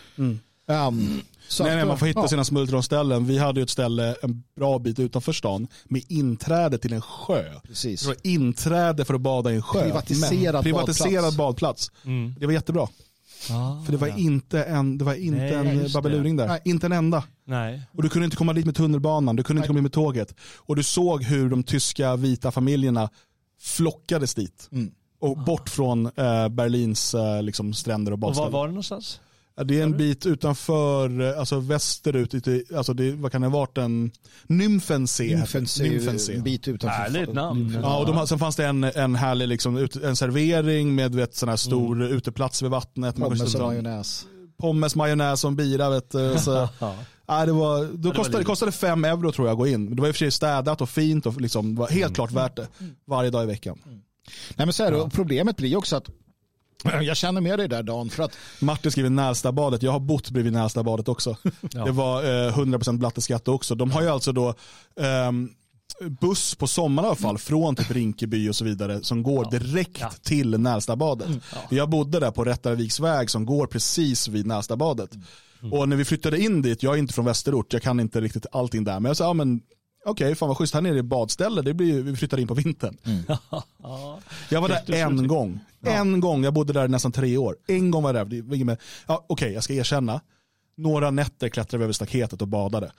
Nej, man får hitta sina smultronställen. Vi hade ju ett ställe en bra bit utanför stan med inträde till en sjö. Precis. Det var inträde för att bada i en sjö. Privatiserad badplats. Det var jättebra. För det var inte en babeluring där. Nej, inte en enda. Nej. Och du kunde inte komma dit med tunnelbanan, du kunde inte komma dit med tåget. Och du såg hur de tyska vita familjerna flockades dit. Och bort från Berlins liksom, stränder och badställen. Och var det någonstans? Det är en bit utanför, alltså västerut, alltså vad kan det ha varit, en Nymfensee, en bit utanför. Härligt namn. Ja, och sen fanns det en härlig liksom, en servering med sån här stor uteplats vid vattnet. Pommes, majonnäs och en bira, vet du. Så, det kostade 5 euro tror jag att gå in. Det var i och för sig städat och fint och liksom, var helt klart värt det varje dag i veckan. Nej, men så är det, problemet blir också att jag känner med dig där, Dan, för att Martin skriver Nälstabadet. Jag har bott bredvid Nälstabadet också. Ja. Det var 100% blatteskatt också. De har ju alltså då buss på sommaren i alla fall från typ Rinkeby och så vidare som går direkt till Nälstabadet. Jag bodde där på Rättarviksväg som går precis vid Nälstabadet. Och när vi flyttade in dit, jag är inte från Västerort, jag kan inte riktigt allting där, men jag sa, okej, fan vad schysst, här nere i badställe, vi flyttade in på vintern. Jag var där en gång. En gång, jag bodde där nästan 3 år. En gång var jag där. Okej, jag ska erkänna. Några nätter klättrade vi över staketet och badade.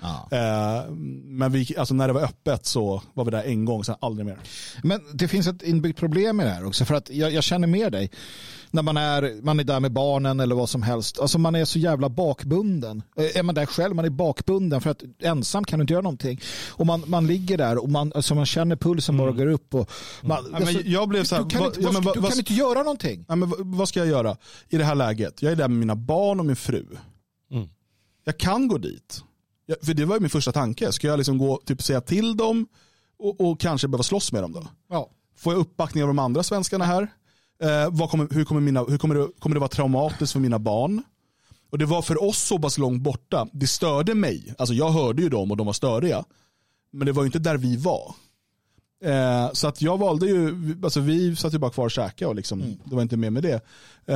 Men när det var öppet så var vi där en gång, sen aldrig mer. Men det finns ett inbyggt problem med det här också, för att jag känner med dig. När man är där med barnen eller vad som helst. Alltså man är så jävla bakbunden. Är man där själv, man är bakbunden för att ensam kan du inte göra någonting. Och man ligger där och man känner pulsen bara går upp. Och jag blev så här, du kan inte göra någonting. Ja, men vad ska jag göra i det här läget? Jag är där med mina barn och min fru. Jag kan gå dit. För det var ju min första tanke. Ska jag liksom gå typ säga till dem och kanske behöva slåss med dem då? Ja. Får jag uppbackning av de andra svenskarna här? Hur kommer det vara traumatiskt för mina barn? Och det var för oss så pass långt borta. Det störde mig. Alltså jag hörde ju dem och de var störiga. Men det var ju inte där vi var. Så att jag valde ju, alltså vi satt ju bara kvar och käkade och liksom, det var inte mer med det.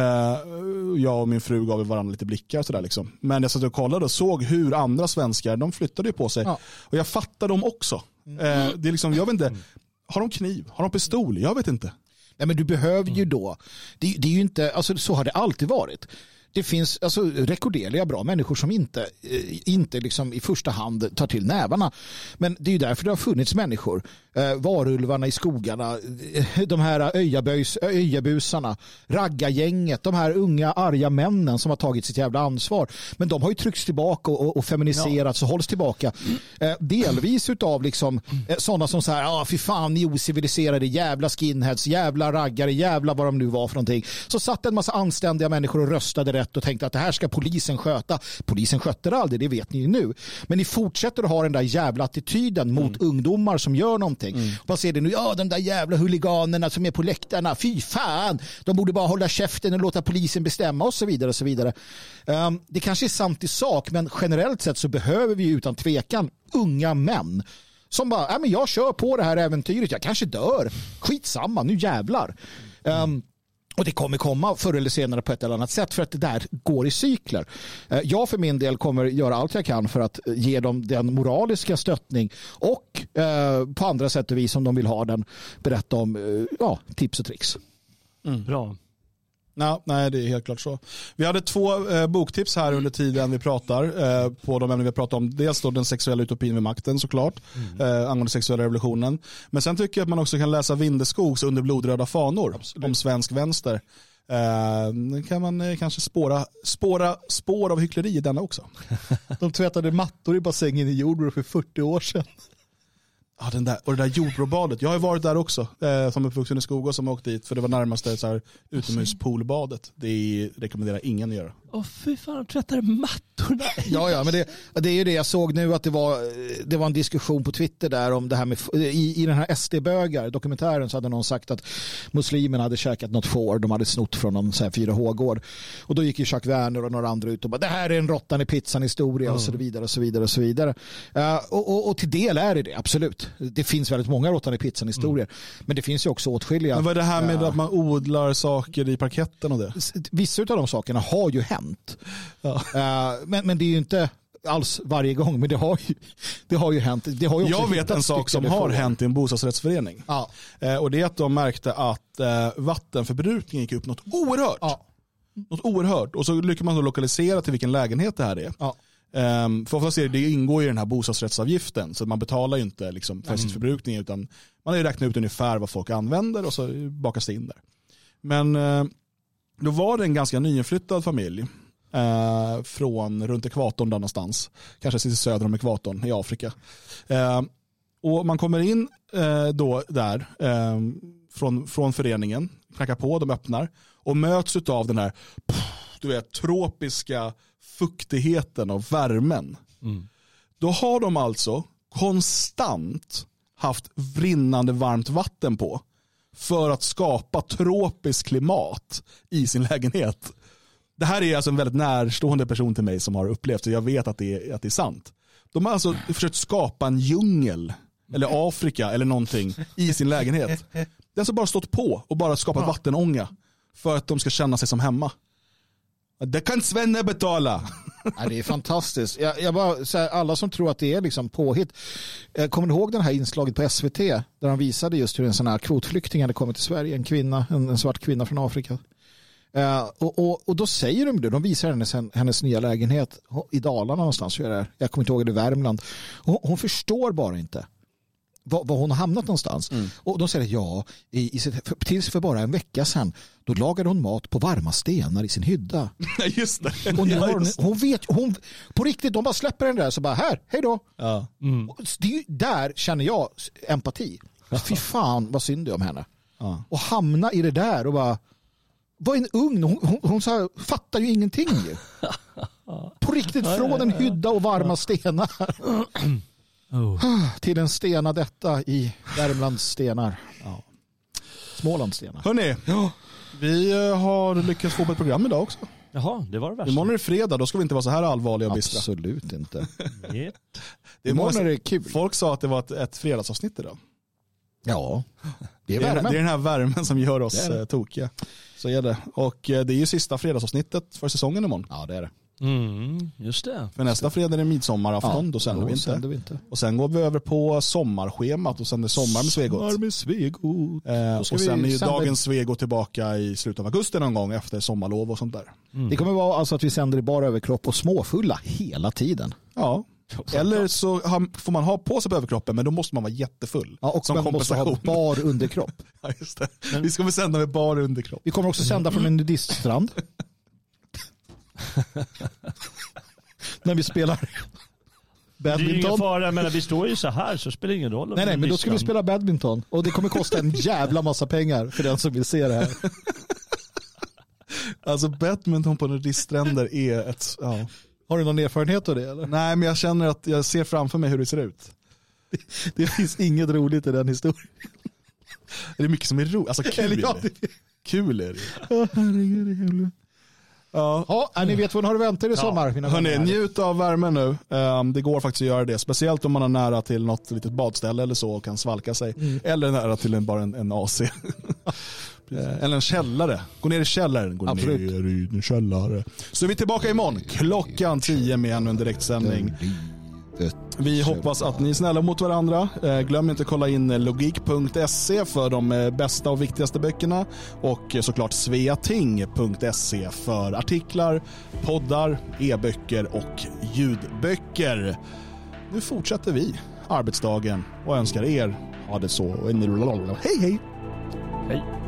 Jag och min fru gav varandra lite blickar och sådär liksom. Men jag satt och kollade och såg hur andra svenskar, de flyttade ju på sig. Och jag fattar dem också. Det är liksom, jag vet inte, har de kniv? Har de pistol? Jag vet inte. Nej, men du behöver ju då, det är ju inte, alltså så har det alltid varit. Det finns alltså rekorderliga bra människor som inte liksom i första hand tar till nävarna. Men det är ju därför det har funnits människor. Varulvarna i skogarna, de här öjabusarna, raggargänget, de här unga arga männen som har tagit sitt jävla ansvar. Men de har ju tryckts tillbaka och feminiserats och hålls tillbaka. Delvis utav liksom sådana som säger, fy fan, ni ociviliserade jävla skinheads, jävla raggare, jävla vad de nu var för någonting. Så satt en massa anständiga människor och röstade rätt och tänkte att det här ska polisen sköta. Polisen skötte det aldrig, det vet ni ju nu. Men ni fortsätter att ha den där jävla attityden mot ungdomar som gör någonting. Vad ser det nu? Ja, de där jävla huliganerna som är på läktarna. Fy fan! De borde bara hålla käften och låta polisen bestämma och så vidare och så vidare. Det kanske är sant i sak, men generellt sett så behöver vi utan tvekan unga män som bara, men jag kör på det här äventyret. Jag kanske dör. Skitsamma, nu jävlar. Och det kommer komma förr eller senare på ett eller annat sätt, för att det där går i cykler. Jag för min del kommer göra allt jag kan för att ge dem den moraliska stöttning och på andra sätt och vis som de vill ha den, berätta om tips och tricks. Bra. Nej, det är helt klart så. Vi hade 2 boktips här under tiden vi pratar på de ämnen vi pratar om. Dels då den sexuella utopin med makten såklart, angående sexuella revolutionen. Men sen tycker jag att man också kan läsa Vindeskogs Under blodröda fanor. Absolut. Om svensk vänster. Kan man kanske spår av hyckleri i denna också. De tvättade mattor i bassängen i Jordbro för 40 år sedan. Ja, det där Jordbrobadet. Jag har varit där också som uppvuxen i Skogås, som åkt dit för det var närmaste så här utomhuspoolbadet. Det rekommenderar ingen att göra. fy fan, de tvättade mattorna. Ja, men det är ju det jag såg nu, att det var en diskussion på Twitter där om det här med i den här SD-bögar dokumentären, så hade någon sagt att muslimerna hade käkat något får, de hade snott från någon så här 4H-gård, och då gick ju Jacques Werner och några andra ut och bara, det här är en råttan i pizzan historia och så vidare och så vidare och så vidare. Och till del är det absolut. Det finns väldigt många råttan i pizzan historier, men det finns ju också åtskilliga. Men vad är det här med att man odlar saker i parketten och det? Vissa av de sakerna har ju hänt. Ja. Men det är ju inte alls varje gång, men det har ju hänt. Det har ju också, jag vet en sak som har hänt i en bostadsrättsförening. Ja. Och det är att de märkte att vattenförbrukningen gick upp något oerhört. Ja. Något oerhört. Och så lyckas man då lokalisera till vilken lägenhet det här är. Ja. För att se, det ingår i den här bostadsrättsavgiften, så man betalar ju inte liksom för sin förbrukning, utan man har ju räknat ut ungefär vad folk använder och så bakas det in där. Men då var det en ganska nyinflyttad familj från runt ekvatorn där någonstans, kanske till söder om ekvatorn i Afrika. Och man kommer in då där från föreningen, knackar på, de öppnar och möts av den här tropiska fuktigheten och värmen. Då har de alltså konstant haft brinnande varmt vatten på för att skapa tropiskt klimat i sin lägenhet. Det här är alltså en väldigt närstående person till mig som har upplevt, så jag vet att det är sant. De har alltså försökt skapa en djungel eller Afrika eller någonting i sin lägenhet. Det har alltså bara stått på och bara skapat vattenånga för att de ska känna sig som hemma. Det kan Svenne betala. Ja, det är fantastiskt. Jag bara, så här, alla som tror att det är liksom påhitt. Kommer ni ihåg den här inslaget på SVT där de visade just hur en sån här kvotflykting hade kommit till Sverige, en svart kvinna från Afrika. Och då säger de det, de visar hennes nya lägenhet i Dalarna någonstans, jag kommer inte ihåg det, i Värmland. Hon förstår bara inte var hon har hamnat någonstans. Och de säger tills för bara en vecka sedan då lagade hon mat på varma stenar i sin hydda. Just det. Och nu hon på riktigt, de bara släpper den där så bara, hej då. Ja. Där känner jag empati. Fy fan vad synd det är om henne. Ja. Och hamna i det där och bara, var en ugn, hon så fattar ju ingenting ju. På riktigt, från en hydda och varma stenar till en stena detta i Värmlands stenar. Ja. Smålands stenar. Hörrni, vi har lyckats få på ett program idag också. Jaha, det var det värsta. Imorgon är det fredag, då ska vi inte vara så här allvarliga och bistra. Absolut inte. Imorgon är det kul. Folk sa att det var ett fredagsavsnitt idag. Ja, det är den här värmen som gör oss tokiga. Så är det. Och det är ju sista fredagsavsnittet för säsongen imorgon. Ja, det är det. Just det. För nästa fredag är det midsommarafton, då sänder vi inte. Och sen går vi över på sommarschemat och sen är det sommar med Svegot. Och sen är ju dagens Svegot tillbaka i slutet av augusti någon gång efter sommarlov och sånt där. Det kommer vara alltså att vi sänder i bara överkropp och småfulla hela tiden. Ja. Eller så får man ha på sig på överkroppen, men då måste man vara jättefull. Ja, och man måste ha bar underkropp. Ja, just det. Vi ska väl sända med bar underkropp. Vi kommer också sända från en nudiststrand. När vi spelar badminton. Det är ingen fara, men vi står ju så här så spelar det ingen roll. Nej, men då ska vi spela badminton. Och det kommer kosta en jävla massa pengar för den som vill se det här. Alltså badminton på nudiststränder är ett... Ja. Har du någon erfarenhet av det? Eller? Nej, men jag känner att jag ser framför mig hur det ser ut. Det finns inget roligt i den historien. Det är mycket som är roligt. Alltså kul är det. Kul är det. Herregud. Ja, ni vet vad ni har att vänta i sommar. Hörrni, njut av värmen nu. Det går faktiskt att göra det. Speciellt om man är nära till något litet badställe eller så och kan svalka sig. Eller nära till bara en AC. Eller en källare. Gå ner i källaren. Gå ner i en källare. Så är vi tillbaka imorgon. 10:00 med ännu en direktsändning. Vi hoppas att ni är snälla mot varandra. Glöm inte att kolla in logik.se för de bästa och viktigaste böckerna. Och såklart sveating.se för artiklar, poddar, e-böcker och ljudböcker. Nu fortsätter vi arbetsdagen och önskar er ha det så. Hej hej! Hej!